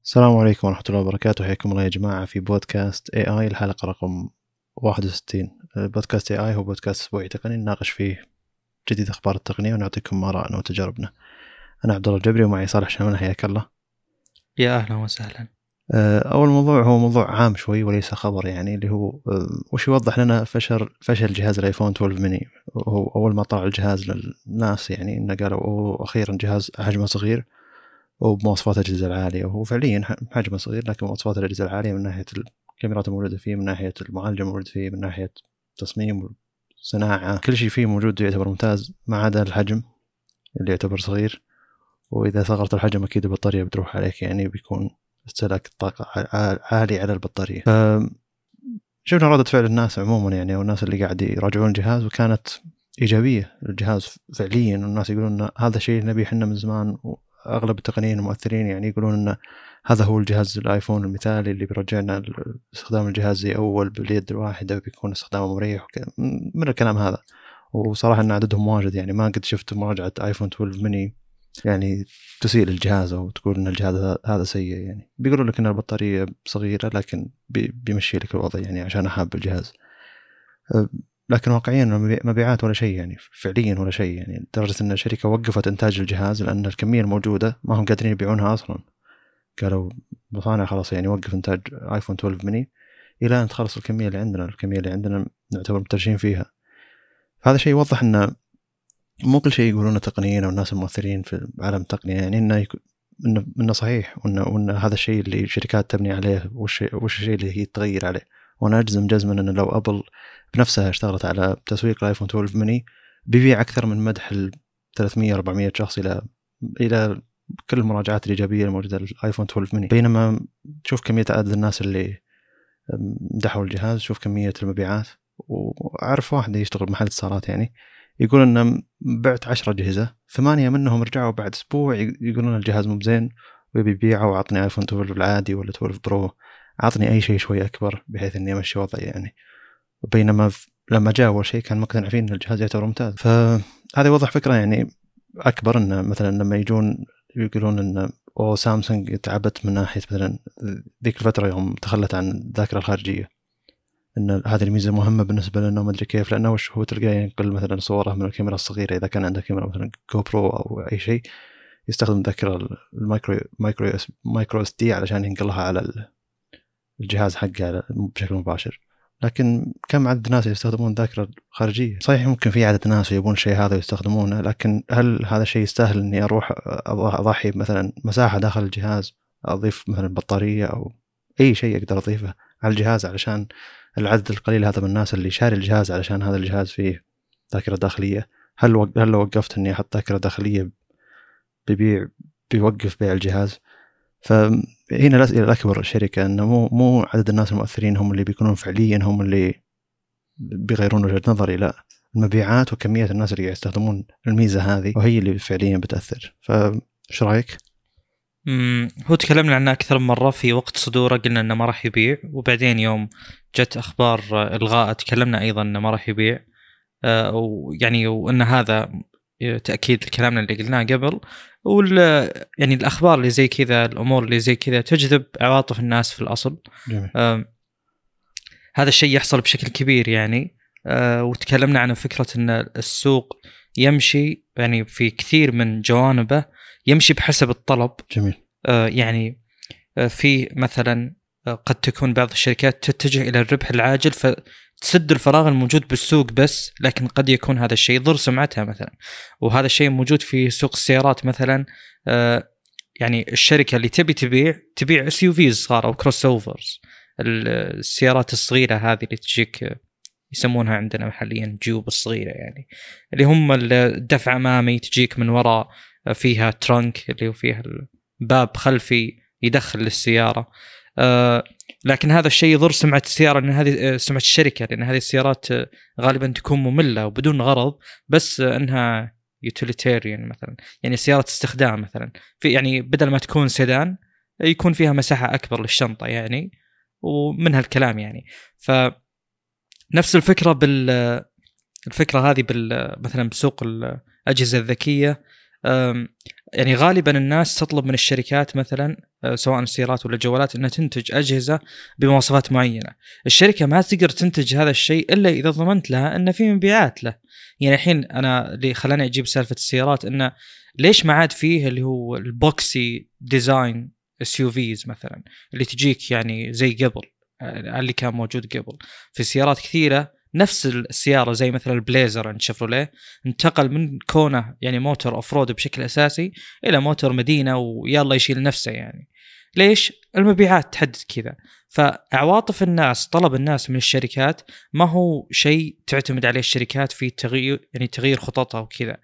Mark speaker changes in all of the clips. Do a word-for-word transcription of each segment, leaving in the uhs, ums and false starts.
Speaker 1: السلام عليكم ورحمة الله وبركاته. حياكم الله يا جماعة في بودكاست إيه آي الحلقة رقم واحد وستين. بودكاست إيه آي هو بودكاست أسبوعي تقني نناقش فيه جديد أخبار التقنية ونعطيكم آراءنا وتجاربنا. أنا عبد الله الجبري ومعي صالح شمال. حياك الله.
Speaker 2: يا أهلا وسهلا.
Speaker 1: أول موضوع هو موضوع عام شوي وليس خبر، يعني اللي هو وش يوضح لنا فشل فشل جهاز الآيفون اثنا عشر ميني. هو أول ما طلع الجهاز للناس يعني إنه قالوا أوه أخيرا جهاز حجمه صغير وبمواصفات الأجهزة العالية، وهو فعليا حجمه صغير لكن مواصفات الأجهزة العالية من ناحية الكاميرات الموجودة فيه، من ناحية المعالجة الموجودة فيه، من ناحية تصميم وصناعة، كل شيء فيه موجود يعتبر ممتاز ما عدا الحجم اللي يعتبر صغير. وإذا صغرت الحجم أكيد البطارية بتروح عليك، يعني بيكون استهلاك الطاقة عالي على البطارية. شفنا ردة فعل الناس عموما يعني، والناس اللي قاعد يراجعون الجهاز وكانت إيجابية الجهاز فعليا، والناس يقولون إن هذا شيء نبي حنا من زمان. أغلب التقنيين المؤثرين يعني يقولون إن هذا هو الجهاز الآيفون المثالي اللي بيرجعنا استخدام الجهاز زي أول باليد الواحدة وبيكون استخدامه مريح من الكلام هذا. وصراحة إن عددهم واجد، يعني ما قد شفت مراجعة آيفون اثنا عشر ميني يعني تسيء الجهاز أو تقول إن الجهاز هذا سيء. يعني بيقولوا لك إن البطارية صغيرة لكن بيمشي لك الوضع يعني عشان أحب الجهاز، لكن واقعيا مبيعات ولا شيء يعني، فعليا ولا شيء يعني، لدرجة إن الشركة وقفت إنتاج الجهاز لأن الكمية الموجودة ما هم قادرين يبيعونها أصلا. قالوا مصانع خلاص يعني وقف إنتاج آيفون اثنا عشر ميني إلى أن تخلص الكمية اللي عندنا. الكمية اللي عندنا نعتبر مترشين فيها. هذا شيء يوضح إن مو كل شيء يقولونه التقنيين أو الناس المؤثرين في عالم التقنية يعني إنه يكون إنه إنه صحيح، وإنه وإنه هذا الشيء اللي الشركات تبني عليه وش وش الشيء اللي هي تغير عليه. وأنا أجزم جزما إنه لو أبل بنفسها اشتغلت على تسويق الآيفون اثنا عشر ميني بيبيع أكثر من مدح ال ثلاثمية أربعمية شخص إلى إلى كل المراجعات الإيجابية الموجودة للآيفون اثنا عشر ميني. بينما تشوف كمية عدد الناس اللي مدحوا الجهاز، شوف كمية المبيعات. وأعرف واحد يشتغل محل اتصالات يعني يقول إن بعت عشرة أجهزة، ثمانية منهم رجعوا بعد أسبوع يقولون الجهاز مو زين ويبي يبيعه وعطني آيفون اثنا عشر العادي ولا اثنا عشر برو، عطني أي شيء شوي أكبر بحيث إني أمشي وضعي يعني. بينما لما جاء أول شيء كان مقتنع فيه إن الجهاز يعتبر ممتاز. فهذا يوضح فكرة يعني أكبر، إن مثلا لما يجون يقولون إن أو سامسونج تعبت من ناحية مثلا ذيك الفترة يوم تخلت عن الذاكرة الخارجية، إن هذه الميزة مهمة بالنسبة لنا ما أدري كيف، لأنه وش هو تلقاه ينقل مثلا صوره من الكاميرا الصغيرة إذا كان عنده كاميرا مثلا جو برو أو أي شيء يستخدم ذاكرة المايكرو مايكرو اس مايكرو اس دي علشان ينقلها على الجهاز حقه بشكل مباشر. لكن كم عدد الناس يستخدمون ذاكرة خارجية؟ صحيح ممكن في عدد ناس يبون شيء هذا يستخدمونه، لكن هل هذا الشيء يستاهل إني أروح أضحي مثلا مساحة داخل الجهاز، أضيف مثلا بطارية أو أي شيء أقدر أضيفه على الجهاز علشان العدد القليل هذا من الناس اللي شاري الجهاز علشان هذا الجهاز فيه ذاكرة داخلية؟ هل و... هل لو وقفت إني أحط ذاكرة داخلية بيبيع بيوقف بيع الجهاز؟ فهنا الأسئلة الأكبر الشركة إنه مو مو عدد الناس المؤثرين هم اللي بيكونون فعليا هم اللي بيغيرون وجهة نظري، لا، المبيعات وكمية الناس اللي يستخدمون الميزة هذه وهي اللي فعليا بتأثر. فإيش رأيك؟
Speaker 2: امم هو تكلمنا عنه أكثر من مرة في وقت صدوره، قلنا إنه ما راح يبيع، وبعدين يوم جت أخبار إلغاء تكلمنا أيضا إنه ما راح يبيع. آه ويعني وإن هذا تأكيد كلامنا اللي قلناه قبل. وال يعني الأخبار اللي زي كذا، الأمور اللي زي كذا تجذب عواطف الناس في الأصل. آه هذا الشيء يحصل بشكل كبير يعني. آه وتكلمنا عن فكرة إن السوق يمشي يعني في كثير من جوانبه يمشي بحسب الطلب.
Speaker 1: جميل.
Speaker 2: آه يعني آه في مثلا آه قد تكون بعض الشركات تتجه إلى الربح العاجل فتسد الفراغ الموجود بالسوق بس، لكن قد يكون هذا الشيء يضر سمعتها مثلا. وهذا الشيء موجود في سوق السيارات مثلا. آه يعني الشركة اللي تبي تبيع تبيع اس يو فيز صار أو كروس اوفرز، السيارات الصغيرة هذه اللي تجيك يسمونها عندنا محليا جيوب الصغيرة، يعني اللي هم الدفع أمامي تجيك من وراء فيها ترانك اللي هو فيها الباب خلفي يدخل للسيارة. آه لكن هذا الشيء يضر سمعة السيارة، لأن هذه سمعة الشركة، لأن هذه السيارات غالبا تكون مملة وبدون غرض، بس أنها يوتيليتيريان مثلا، يعني سيارة استخدام مثلا، في يعني بدل ما تكون سيدان يكون فيها مساحة أكبر للشنطة يعني، ومنها الكلام يعني. فنفس الفكرة بال الفكرة هذه بال مثلا بسوق الأجهزة الذكية. يعني غالبا الناس تطلب من الشركات مثلا سواء السيارات ولا الجوالات أنها تنتج أجهزة بمواصفات معينة. الشركة ما تقدر تنتج هذا الشيء إلا إذا ضمنت لها أن في مبيعات له. يعني الحين أنا اللي خلاني أجيب سالفة السيارات أنه ليش ما عاد فيه اللي هو البوكسي ديزاين اس يو فيز مثلا اللي تجيك يعني زي قبل اللي كان موجود قبل في سيارات كثيرة. نفس السيارة زي مثلا البليزر عند شيفروليه انتقل من كونه يعني موتور اوف رود بشكل اساسي الى موتور مدينة ويلا يشيل نفسه. يعني ليش؟ المبيعات تحدد كذا. فعواطف الناس طلب الناس من الشركات ما هو شيء تعتمد عليه الشركات في تغيير يعني تغيير خططها وكذا.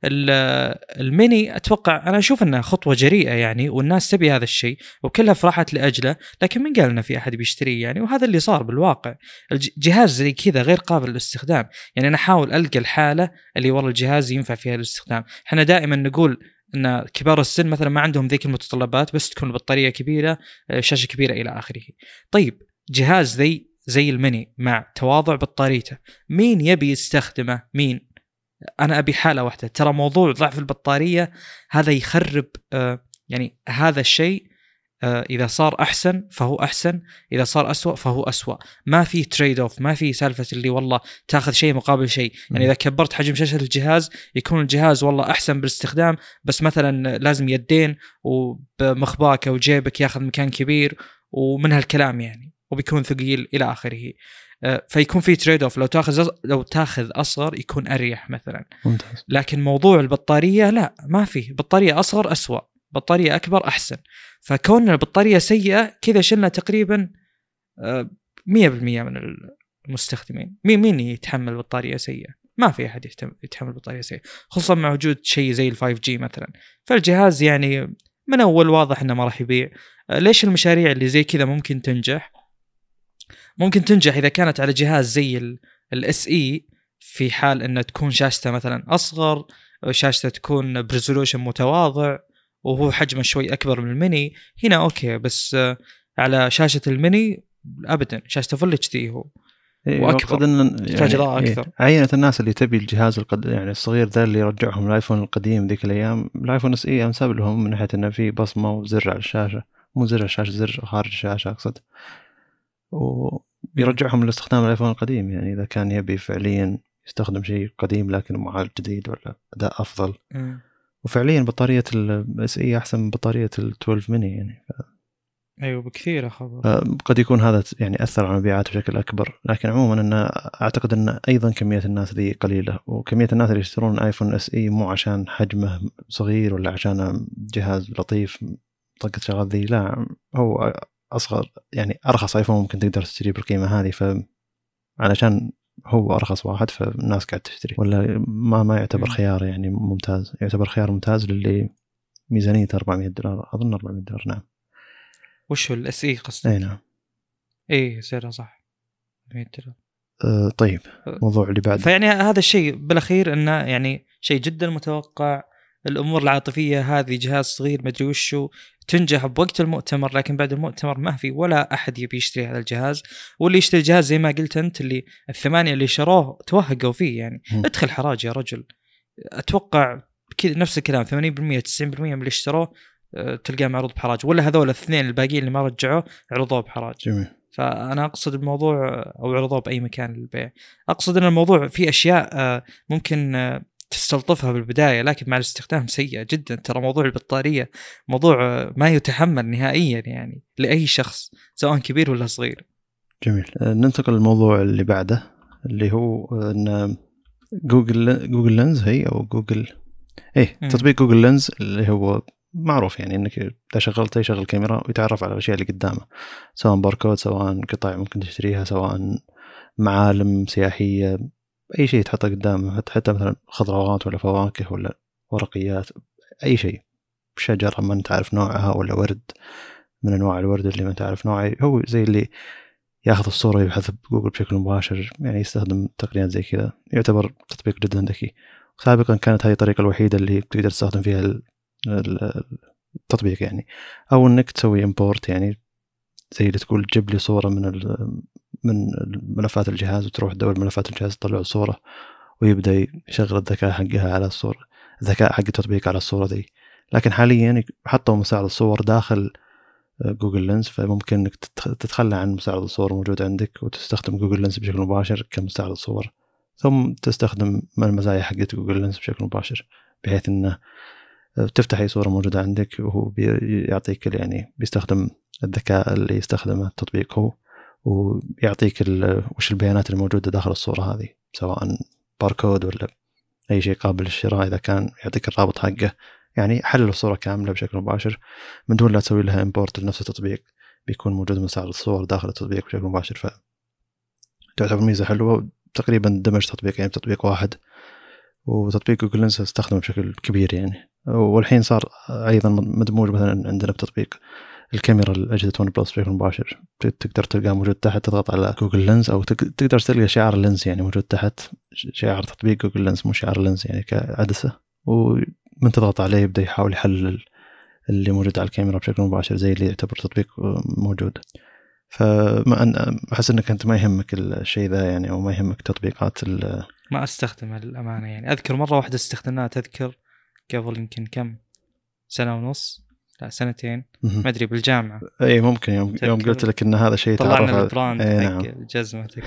Speaker 2: الميني اتوقع انا اشوف انها خطوه جريئه يعني والناس تبي هذا الشيء وكلها فرحت لاجله، لكن من قال لنا في احد بيشتريه يعني؟ وهذا اللي صار بالواقع. الجهاز زي كذا غير قابل للاستخدام. يعني انا احاول القى الحاله اللي والله الجهاز ينفع فيها الاستخدام. احنا دائما نقول ان كبار السن مثلا ما عندهم ذيك المتطلبات، بس تكون البطاريه كبيره شاشه كبيره الى اخره. طيب جهاز زي زي الميني مع تواضع بطاريته مين يبي يستخدمه؟ مين؟ انا ابي حاله واحده. ترى موضوع ضعف البطاريه هذا يخرب آه يعني هذا الشيء آه اذا صار احسن فهو احسن، اذا صار اسوأ فهو اسوأ. ما في تريد اوف، ما في سالفه اللي والله تاخذ شيء مقابل شيء. يعني اذا كبرت حجم شاشه الجهاز يكون الجهاز والله احسن بالاستخدام، بس مثلا لازم يدين وبمخباك او جيبك ياخذ مكان كبير ومن هالكلام يعني، وبيكون ثقيل الى اخره. فيكون في تريد اوف، لو تاخذ لو تاخذ اصغر يكون اريح مثلا.
Speaker 1: ممتاز.
Speaker 2: لكن موضوع البطاريه لا، ما في. بطاريه اصغر اسوأ، بطاريه اكبر احسن. فكون البطاريه سيئه كذا شلنا تقريبا مية بالمية من المستخدمين. مين مين يتحمل بطاريه سيئه؟ ما في احد يتحمل بطاريه سيئه، خصوصا مع وجود شيء زي الفايف جي مثلا. فالجهاز يعني من اول واضح انه ما راح يبيع. ليش المشاريع اللي زي كذا ممكن تنجح؟ ممكن تنجح إذا كانت على جهاز زي الاس اي، في حال أن تكون شاشته مثلا أصغر، شاشته تكون بريزولوشن متواضع وهو حجمه شوي أكبر من الميني. هنا أوكي، بس على شاشة الميني أبدا شاشته فل اتش دي هو وأكبر، تحتاج إضاءة
Speaker 1: يعني
Speaker 2: أكثر.
Speaker 1: عينة الناس اللي تبي الجهاز القد... يعني الصغير ذا اللي يرجعهم الايفون القديم ذيك الأيام. الايفون اس اي أنساب لهم من ناحية أنه فيه بصمة وزر على الشاشة، مو زر على الشاشة، زر خارج الشاشة أقصد، ويرجعهم لاستخدام الايفون القديم. يعني اذا كان يبي فعليا يستخدم شيء قديم لكن معالج جديد ولا اداء افضل. م. وفعليا بطاريه الاس اي احسن من بطاريه ال12 ميني يعني ف...
Speaker 2: ايوه بكثير خبر.
Speaker 1: قد يكون هذا يعني اثر على المبيعات بشكل اكبر، لكن عموما ان اعتقد ان ايضا كميه الناس ذي قليله، وكميه الناس اللي يشترون ايفون اس اي مو عشان حجمه صغير ولا عشان جهاز لطيف طقه شغال ذي، لا هو أصغر يعني أرخص آيفون ممكن تقدر تشتري بالقيمة هذه، فعلشان هو أرخص واحد فالناس قاعد تشتري، ولا ما ما يعتبر خيار يعني ممتاز. يعتبر خيار ممتاز للي ميزانية أربعمية دولار، أظن أربعمية دولار. نعم.
Speaker 2: وش هو الاس اي قصدك؟
Speaker 1: أي نعم.
Speaker 2: إيه سعره صح أربعمية دولار.
Speaker 1: أه طيب الموضوع اللي بعد،
Speaker 2: فيعني هذا الشيء بالأخير إنه يعني شيء جدا متوقع. الأمور العاطفية هذه جهاز صغير ما أدري وشو تنجح بوقت المؤتمر، لكن بعد المؤتمر ما في ولا أحد يبي يشتري هذا الجهاز. واللي يشتري الجهاز زي ما قلت أنت اللي الثمانية اللي شروه توهقوا فيه يعني. م. ادخل حراج يا رجل. أتوقع كذا نفس الكلام، ثمانين بالمية تسعين بالمية من اللي اشتروه تلقاه معروض بحراج، ولا هذول الاثنين الباقيين اللي ما رجعوه عرضوه بحراج.
Speaker 1: جميل.
Speaker 2: فأنا أقصد الموضوع أو عرضوه بأي مكان للبيع. أقصد أن الموضوع فيه أشياء ممكن تستلطفها بالبداية، لكن مع الاستخدام سيئة جدا. ترى موضوع البطارية موضوع ما يتحمل نهائيا يعني لأي شخص سواء كبير ولا صغير.
Speaker 1: جميل. ننتقل للموضوع اللي بعده اللي هو أن جوجل جوجل لينز هي أو جوجل إيه م. تطبيق جوجل لينز اللي هو معروف يعني إنك إذا شغلت يشغل الكاميرا ويتعرف على الأشياء اللي قدامه، سواء باركود، سواء قطع ممكن تشتريها، سواء معالم سياحية، أي شيء تحطه قدامه، حتى مثلا خضروات ولا فواكه ولا ورقيات، أي شيء، شجرة ما تعرف نوعها ولا ورد من أنواع الورد اللي ما تعرف نوعه. هو زي اللي ياخذ الصورة يبحث بجوجل بشكل مباشر، يعني يستخدم تقنيات زي كذا. يعتبر تطبيق جدا ذكي. سابقا كانت هذه الطريقة الوحيدة اللي تقدر تستخدم فيها التطبيق يعني، أو إنك تسوي إمبورت، يعني زي اللي تقول جيب لي صورة من من ملفات الجهاز وتروح تدور ملفات الجهاز تطلع الصورة ويبدأ يشغل الذكاء حقها على الصورة. الذكاء حق التطبيق على الصورة دي. لكن حاليا حطوا مساعد الصور داخل جوجل لينز، فممكن انك تتخلى عن مساعد الصور موجود عندك وتستخدم جوجل لينز بشكل مباشر كمساعد الصور، ثم تستخدم المزايا حقت جوجل لينز بشكل مباشر، بحيث انه تفتح اي صورة موجودة عندك وهو بيعطيك يعني بيستخدم الذكاء اللي يستخدمه التطبيق هو، ويعطيك وش البيانات الموجودة داخل الصورة هذه، سواء باركود ولا اي شيء قابل للشراء. اذا كان يعطيك الرابط حقه، يعني حلل الصورة كاملة بشكل مباشر من دون لا تسوي لها امبورت لنفس التطبيق، بيكون موجود مساعد الصور داخل التطبيق بشكل مباشر. فتعتبر ميزة حلوة، تقريبا دمج تطبيقين بتطبيق واحد، وتطبيق جوجل لينز استخدمه بشكل كبير يعني. والحين صار ايضا مدموج مثلا عندنا بتطبيق الكاميرا الأجهزة ون بلس بشكل مباشر، تقدر تلقاه موجود تحت، تضغط على جوجل لينز أو تقدر تلقى شعار اللينز يعني موجود تحت، شعار تطبيق جوجل لينز مو شعار اللينز يعني كعدسة، ومن تضغط عليه يبدأ يحاول يحلل اللي موجود على الكاميرا بشكل مباشر زي اللي يعتبر تطبيق موجود. فما أنا أحس إنك أنت ما يهمك الشيء ذا يعني، أو ما يهمك تطبيقات
Speaker 2: ما أستخدم الأمانة يعني. أذكر مرة واحدة استخدمناها، تذكر قبل يمكن كم سنة ونص لا سنتين ما أدري بالجامعة.
Speaker 1: أي ممكن يوم, يوم قلت لك إن هذا شيء
Speaker 2: تعرف طلعنا البراند حق نعم. جزمتك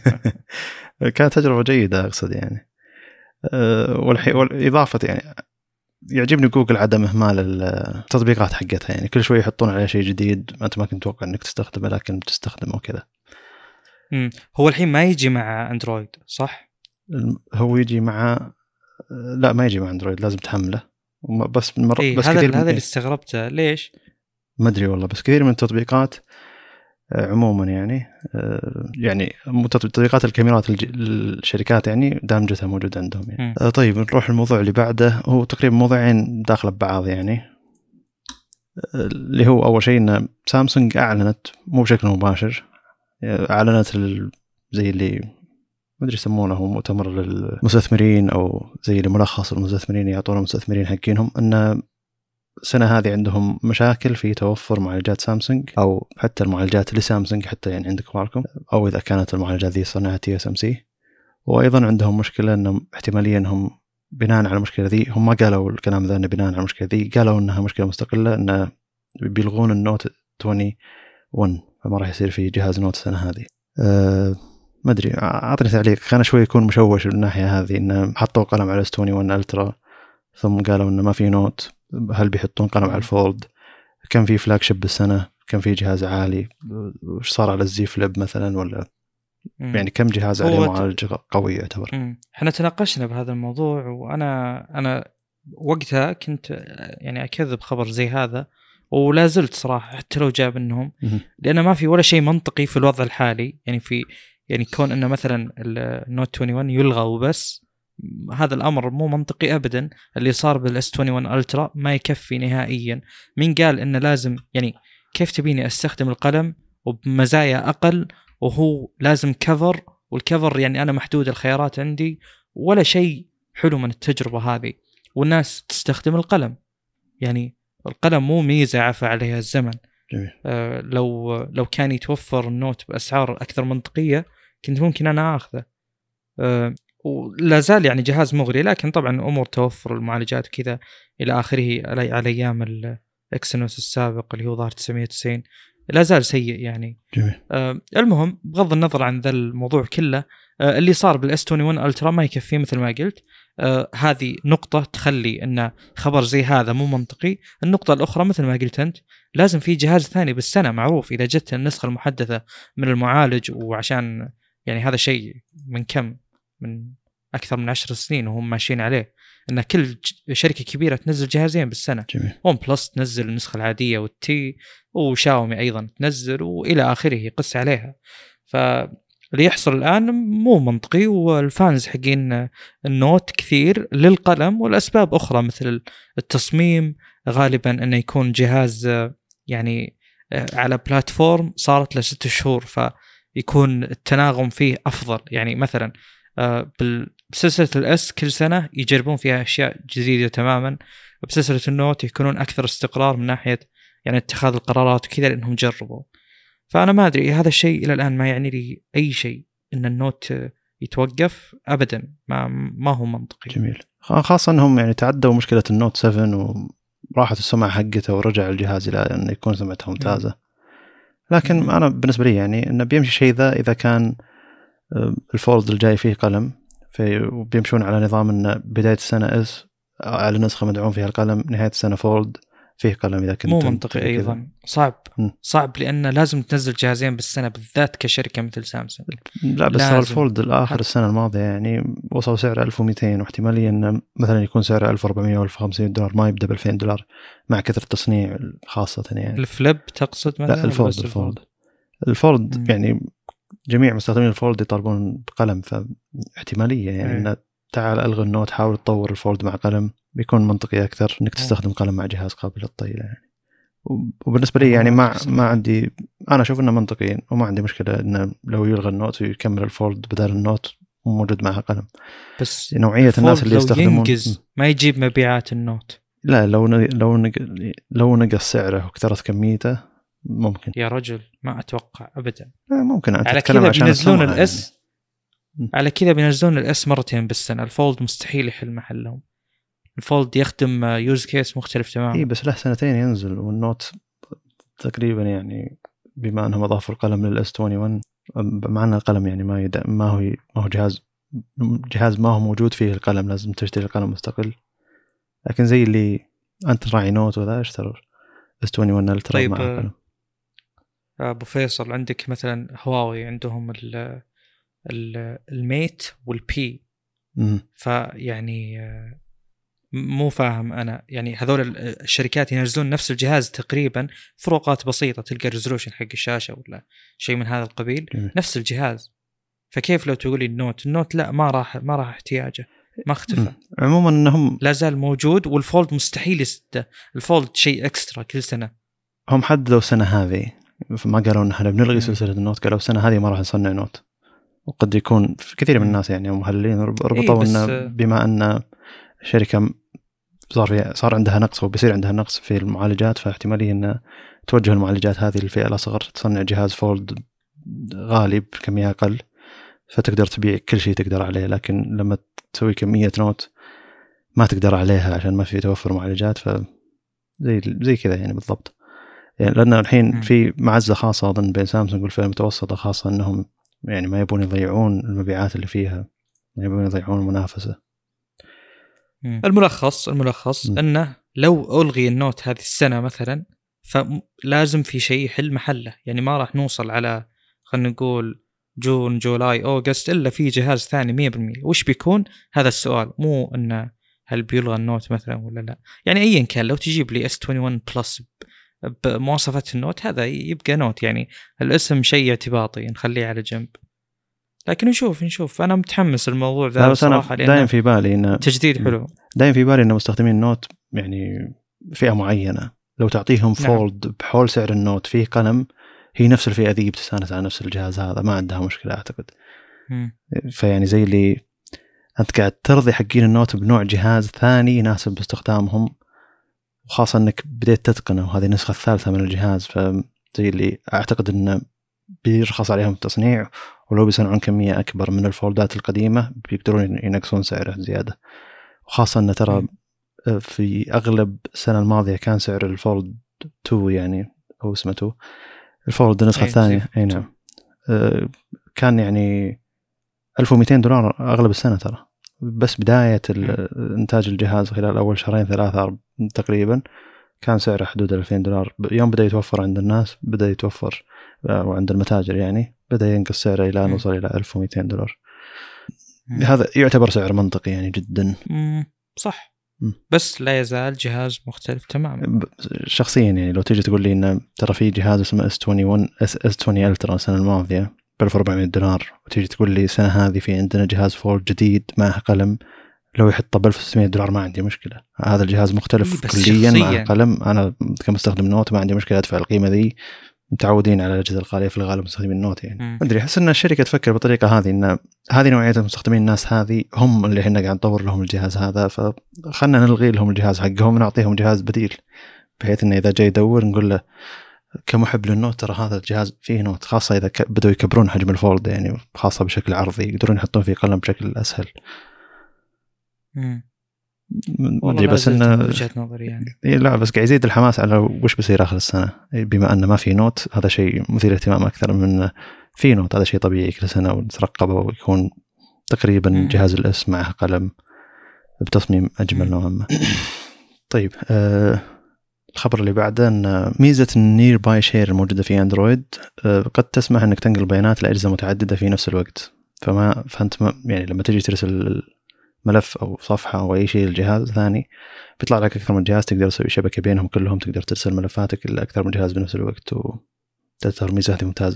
Speaker 1: كانت تجربة جيدة أقصد يعني. أه والحين والإضافة يعني يعجبني جوجل عدم إهمال التطبيقات حقتها يعني، كل شوي يحطون عليها شيء جديد أنت ما كنت تتوقع إنك تستخدمه لكن بتستخدمه وكذا.
Speaker 2: امم هو الحين ما يجي مع أندرويد صح؟
Speaker 1: هو يجي مع لا ما يجي مع أندرويد، لازم تحمله بس من مرة
Speaker 2: إيه
Speaker 1: بس
Speaker 2: هذا
Speaker 1: كثير
Speaker 2: هذا اللي استغربته ليش
Speaker 1: ما أدري والله، بس كثير من التطبيقات عموما يعني يعني تطبيقات الكاميرات الشركات يعني دامجتها موجودة عندهم يعني. م. طيب نروح الموضوع اللي بعده، هو تقريبا موضوعين داخل ببعض يعني، اللي هو أول شيء إن سامسونج أعلنت مو بشكل مباشر، أعلنت زي اللي ما أدري يسمونه مؤتمر للمستثمرين أو زي الملخص المستثمرين يعطون المستثمرين حقينهم أن السنة هذه عندهم مشاكل في توفر معالجات سامسونج أو حتى المعالجات لسامسونج حتى يعني عندك كوالكوم، أو إذا كانت المعالجات ذي صناعة تي اس ام سي. وأيضا عندهم مشكلة أنهم احتماليا أنهم بناء على المشكلة ذي، هم ما قالوا الكلام ذا أنه بناء على المشكلة ذي، قالوا أنها مشكلة مستقلة، أنه بيلغون النوت واحد وعشرين، فما راح يصير في جهاز نوت السنة هذه. أه ما أدري، أعطني تعليق، كان شوي يكون مشوش من الناحية هذه، إنه حطوا قلم على اس واحد وعشرين ألترا ثم قالوا إنه ما في نوت، هل بيحطون قلم على الفولد؟ كان في فلاج شيب بالسنة، كان في جهاز عالي، وش صار على الزي فليب مثلا، ولا مم. يعني كم جهاز عليه معالج قوي يعتبر.
Speaker 2: مم. احنا تناقشنا بهذا الموضوع، وأنا أنا وقتها كنت يعني أكذب خبر زي هذا، ولا زلت صراحة حتى لو جاب إنهم، لأن ما في ولا شيء منطقي في الوضع الحالي يعني، في يعني كون إنه مثلا النوت واحد وعشرين يلغى وبس، هذا الأمر مو منطقي أبدا. اللي صار بالاس واحد وعشرين ألترا ما يكفي نهائيا. مين قال إنه لازم يعني، كيف تبيني أستخدم القلم وبمزايا أقل وهو لازم كفر، والكفر يعني أنا محدود الخيارات عندي، ولا شيء حلو من التجربة هذه. والناس تستخدم القلم يعني، القلم مو ميزة عفى عليها الزمن. آه لو لو كان يتوفر النوت بأسعار أكثر منطقية كنت ممكن أنا أخذه. آه ولا زال يعني جهاز مغري، لكن طبعا أمور توفر المعالجات كذا إلى آخره على أيام الإكسينوس السابق اللي هو ظهر تسعمية وتسعين لا زال سيء يعني. آه المهم بغض النظر عن ذا الموضوع كله، آه اللي صار بالاس واحد وعشرين ألترا ما يكفي مثل ما قلت. آه هذه نقطة تخلي إن خبر زي هذا مو منطقي. النقطة الأخرى مثل ما قلت أنت، لازم في جهاز ثاني بالسنة معروف إذا جت النسخة المحدثة من المعالج، وعشان يعني هذا شيء من كم من أكثر من عشر سنين وهم ماشيين عليه، إن كل شركة كبيرة تنزل جهازين بالسنة. ون بلس تنزل النسخة العادية والتي، وشاومي أيضا تنزل، وإلى آخره يقص عليها. فاللي يحصل الآن مو منطقي، والفانز حقين النوت كثير للقلم والأسباب أخرى مثل التصميم، غالبا أنه يكون جهاز يعني على بلاتفورم صارت له ست شهور، فيكون التناغم فيه أفضل. يعني مثلا بسلسلة الأس كل سنة يجربون فيها أشياء جديدة تماما، بسلسلة النوت يكونون أكثر استقرار من ناحية يعني اتخاذ القرارات وكذا لأنهم جربوا. فأنا ما أدري، هذا الشيء إلى الآن ما يعني لي أي شيء إن النوت يتوقف ابدا، ما ما هو منطقي.
Speaker 1: جميل، خاصه انهم يعني تعدوا مشكله النوت سبعة وراحت السمعه حقته ورجع الجهاز الى انه يكون سمعته ممتازه. لكن م- انا بالنسبه لي يعني انه بيمشي شيء ذا اذا كان الفولد الجاي فيه قلم، في وبيمشون على نظام ان بدايه السنه اس على نسخه مدعوم فيها القلم، نهايه السنه فولد فيه قلم. إذا كنت
Speaker 2: مو منطقي أيضا كذا. صعب
Speaker 1: م.
Speaker 2: صعب لأنه لازم تنزل جهازين بالسنة بالذات كشركة مثل سامسونج.
Speaker 1: لا بس الفولد الآخر السنة الماضية يعني وصل سعر ألف ومئتين، واحتمالية أنه مثلا يكون سعره ألف وأربعمية و ألف وخمسمية دولار، ما يبدأ بألفين دولار مع كثرة التصنيع خاصة يعني.
Speaker 2: الفليب تقصد مثلا؟
Speaker 1: لا الفولد الفولد الفولد م. يعني جميع مستخدمين الفولد يطلبون قلم، فاحتمالية يعني أنه تعال ألغي النوت، حاول تطور الفولد مع قلم، بيكون منطقي أكثر إنك تستخدم قلم مع جهاز قابل للطي يعني. وبالنسبة لي يعني ما ما عندي، أنا أشوف إنه منطقيين وما عندي مشكلة إنه لو يلغى النوت ويكمل الفولد بدل النوت وموجود معها قلم.
Speaker 2: بس
Speaker 1: نوعية الناس اللي يستخدمون
Speaker 2: ينقز ما يجيب مبيعات النوت.
Speaker 1: لا لو لو لو نقص سعره وكثرت كميته ممكن.
Speaker 2: يا رجل ما أتوقع أبدا.
Speaker 1: ممكن أنت
Speaker 2: على كذا بينزلون الإس يعني. على كذا بينزلون الإس مرتين بالسنة، الفولد مستحيل يحل محلهم. الفولد يخدم يوز كيس مختلف تماما.
Speaker 1: إيه بس له سنتين ينزل، والنوت تقريبا يعني بما أنهم أضافوا القلم للإس واحد وعشرين، مع أن القلم يعني ما يد... ما هو ما هو جهاز جهاز ما هو موجود فيه القلم، لازم تشتري القلم مستقل. لكن زي اللي أنت راعي نوت وذا اشتروا إس واحد وعشرين الترا
Speaker 2: طيب
Speaker 1: مع القلم.
Speaker 2: أبو فيصل عندك مثلا هواوي عندهم ال ال الميت والبي، فيعني مو فاهم أنا يعني هذول الشركات ينزلون نفس الجهاز تقريبا، فروقات بسيطة، تلقى الريزولوشن حق الشاشة ولا شيء من هذا القبيل،
Speaker 1: جميل.
Speaker 2: نفس الجهاز. فكيف لو تقولي النوت النوت لا ما راح ما راح احتياجه، ما اختفى.
Speaker 1: عموما انهم
Speaker 2: لا زال موجود، والفولد مستحيل يسده، الفولد شيء اكسترا كل سنة.
Speaker 1: هم حددوا السنة هذه، فما قالوا ان احنا بنلغي سلسلة النوت، قالوا السنة هذه ما راح نصنع نوت. وقد يكون في كثير من الناس يعني مهللين ربطوا إيه انه بما ان شركة صار فيها صار عندها نقص وبيصير عندها نقص في المعالجات، فاحتمالية ان توجه المعالجات هذه للفئة الأصغر، تصنع جهاز فولد غالي بكمية أقل فتقدر تبيع كل شيء تقدر عليه. لكن لما تسوي كمية نوت ما تقدر عليها عشان ما في توفر معالجات، ف زي زي كذا يعني بالضبط. يعني لأن الحين في معزة خاصة أظن بين سامسونج والفئة المتوسطة، خاصة أنهم يعني ما يبون يضيعون المبيعات اللي فيها، ما يبون يضيعون المنافسة.
Speaker 2: الملخص الملخص م. أنه لو ألغي النوت هذه السنة مثلا، فلازم في شيء يحل محله. يعني ما راح نوصل على خلينا نقول جون جولاي أوغست إلا في جهاز ثاني مية بالمية. وش بيكون هذا السؤال، مو أنه هل بيلغى النوت مثلا ولا لا. يعني أيا كان لو تجيب لي إس واحد وعشرين بلس بمواصفات النوت هذا يبقى نوت، يعني الاسم شيء اعتباطي نخليه على جنب. لكن نشوف نشوف أنا متحمس الموضوع ذا الصراحة،
Speaker 1: دايم في بالي إنه
Speaker 2: تجديد حلو.
Speaker 1: دايم في بالي إنه مستخدمين النوت يعني فئة معينة لو تعطيهم فولد نعم. بحول سعر النوت فيه قلم، هي نفس الفئة ذي بتستانس على نفس الجهاز هذا، ما عندها مشكلة أعتقد. م. فيعني زي اللي أنت قاعد ترضي حقين النوت بنوع جهاز ثاني يناسب باستخدامهم، وخاصة أنك بديت تتقنه وهذه النسخة الثالثة من الجهاز، فزي اللي أعتقد أنه بيرخص عليهم التصنيع، ولو بيصنعون كمية أكبر من الفولدات القديمة بيقدرون ينقصون سعره زيادة. وخاصة أن ترى في أغلب السنة الماضية كان سعر الفولد تو يعني أو اسمه تو الفولد النسخة الثانية أي نعم أه كان يعني ألف ومئتين دولار أغلب السنة ترى، بس بداية إنتاج الجهاز خلال أول شهرين ثلاثة تقريبا كان سعره حدود ألفين دولار. يوم بدأ يتوفر عند الناس بدأ يتوفر وعند المتاجر يعني بدأ ينقص سعره إلى أن وصل إلى ألف ومئتين دولار. م. هذا يعتبر سعر منطقي يعني جدا.
Speaker 2: م. صح م. بس لا يزال جهاز مختلف تماما.
Speaker 1: شخصيا يعني لو تيجي تقول لي إن ترى في جهاز اسمه إس واحد وعشرين إس عشرين ألترا السنة الماضية بألف وأربعمائة دولار، وتيجي تقول لي السنة هذه في عندنا جهاز فولد جديد معه قلم لو يحطه بألف وستمائة دولار ما عندي مشكلة. هذا الجهاز مختلف كليا مع قلم، أنا كمستخدم نوت ما عندي مشكلة أدفع القيمة ذي، متعودين على الأجهزة الغالية في الغالب مستخدمين النوت يعني. ما أدري أحس إن الشركة تفكر بالطريقة هذه، إن هذه نوعية المستخدمين الناس هذه هم اللي إحنا قاعد نطور لهم الجهاز هذا، فخلنا نلغي لهم الجهاز حقهم ونعطيهم جهاز بديل، بحيث إنه إذا جاي يدور نقول له كمحب للنوت ترى هذا الجهاز فيه نوت، خاصة إذا بدأوا يكبرون حجم الفولد يعني، خاصة بشكل عرضي يقدرون يحطون فيه قلم بشكل أسهل.
Speaker 2: امم
Speaker 1: مدري بس إنه
Speaker 2: وجهة نظري يعني.
Speaker 1: لا بس قاعد يزيد الحماس على وش بيصير آخر السنة، بما أنه ما في نوت. هذا شيء مثير اهتمام أكثر من في نوت، هذا شيء طبيعي كل سنة ونترقبه ويكون تقريبا
Speaker 2: مم.
Speaker 1: جهاز الاس مع قلم بتصميم أجمل نوعا ما. طيب آه الخبر اللي بعده أن ميزة النير باي شير الموجودة في أندرويد آه قد تسمح أنك تنقل بيانات لأجهزة متعددة في نفس الوقت. فما فأنت ما يعني لما تجي ترسل ملف أو صفحة أو أي شيء للجهاز ثاني بيطلع لك أكثر من جهاز، تقدر تسوي شبكة بينهم كلهم، تقدر ترسل ملفاتك لأكثر من جهاز بنفس الوقت، وتظهر ميزة هذه ممتازة.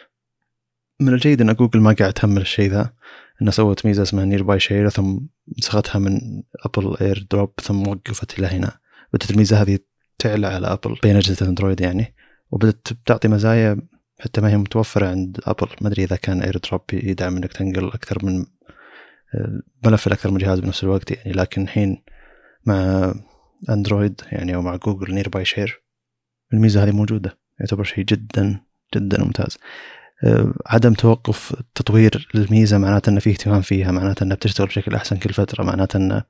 Speaker 1: من الجيد أن جوجل ما قاعد تهمل الشيء ذا، أنه سوت ميزة اسمها نير باي شير ثم نسختها من أبل إير دروب ثم وقفت إلى هنا. بدأت الميزة هذه تعلى على أبل بين أجهزة أندرويد يعني، وبدأت تعطي مزايا حتى ما هي متوفرة عند أبل. ما أدري إذا كان إير دروب يدعم أنك تنقل أكثر من ملف لأكثر من جهاز بنفس الوقت يعني، لكن الحين مع أندرويد يعني أو مع جوجل نير باي شير الميزة هذه موجودة، يعتبر شيء جدا جدا ممتاز. عدم توقف تطوير الميزة معناته أن فيه اهتمام فيها، معناته أنها بتشتغل بشكل أحسن كل فترة، معناته أن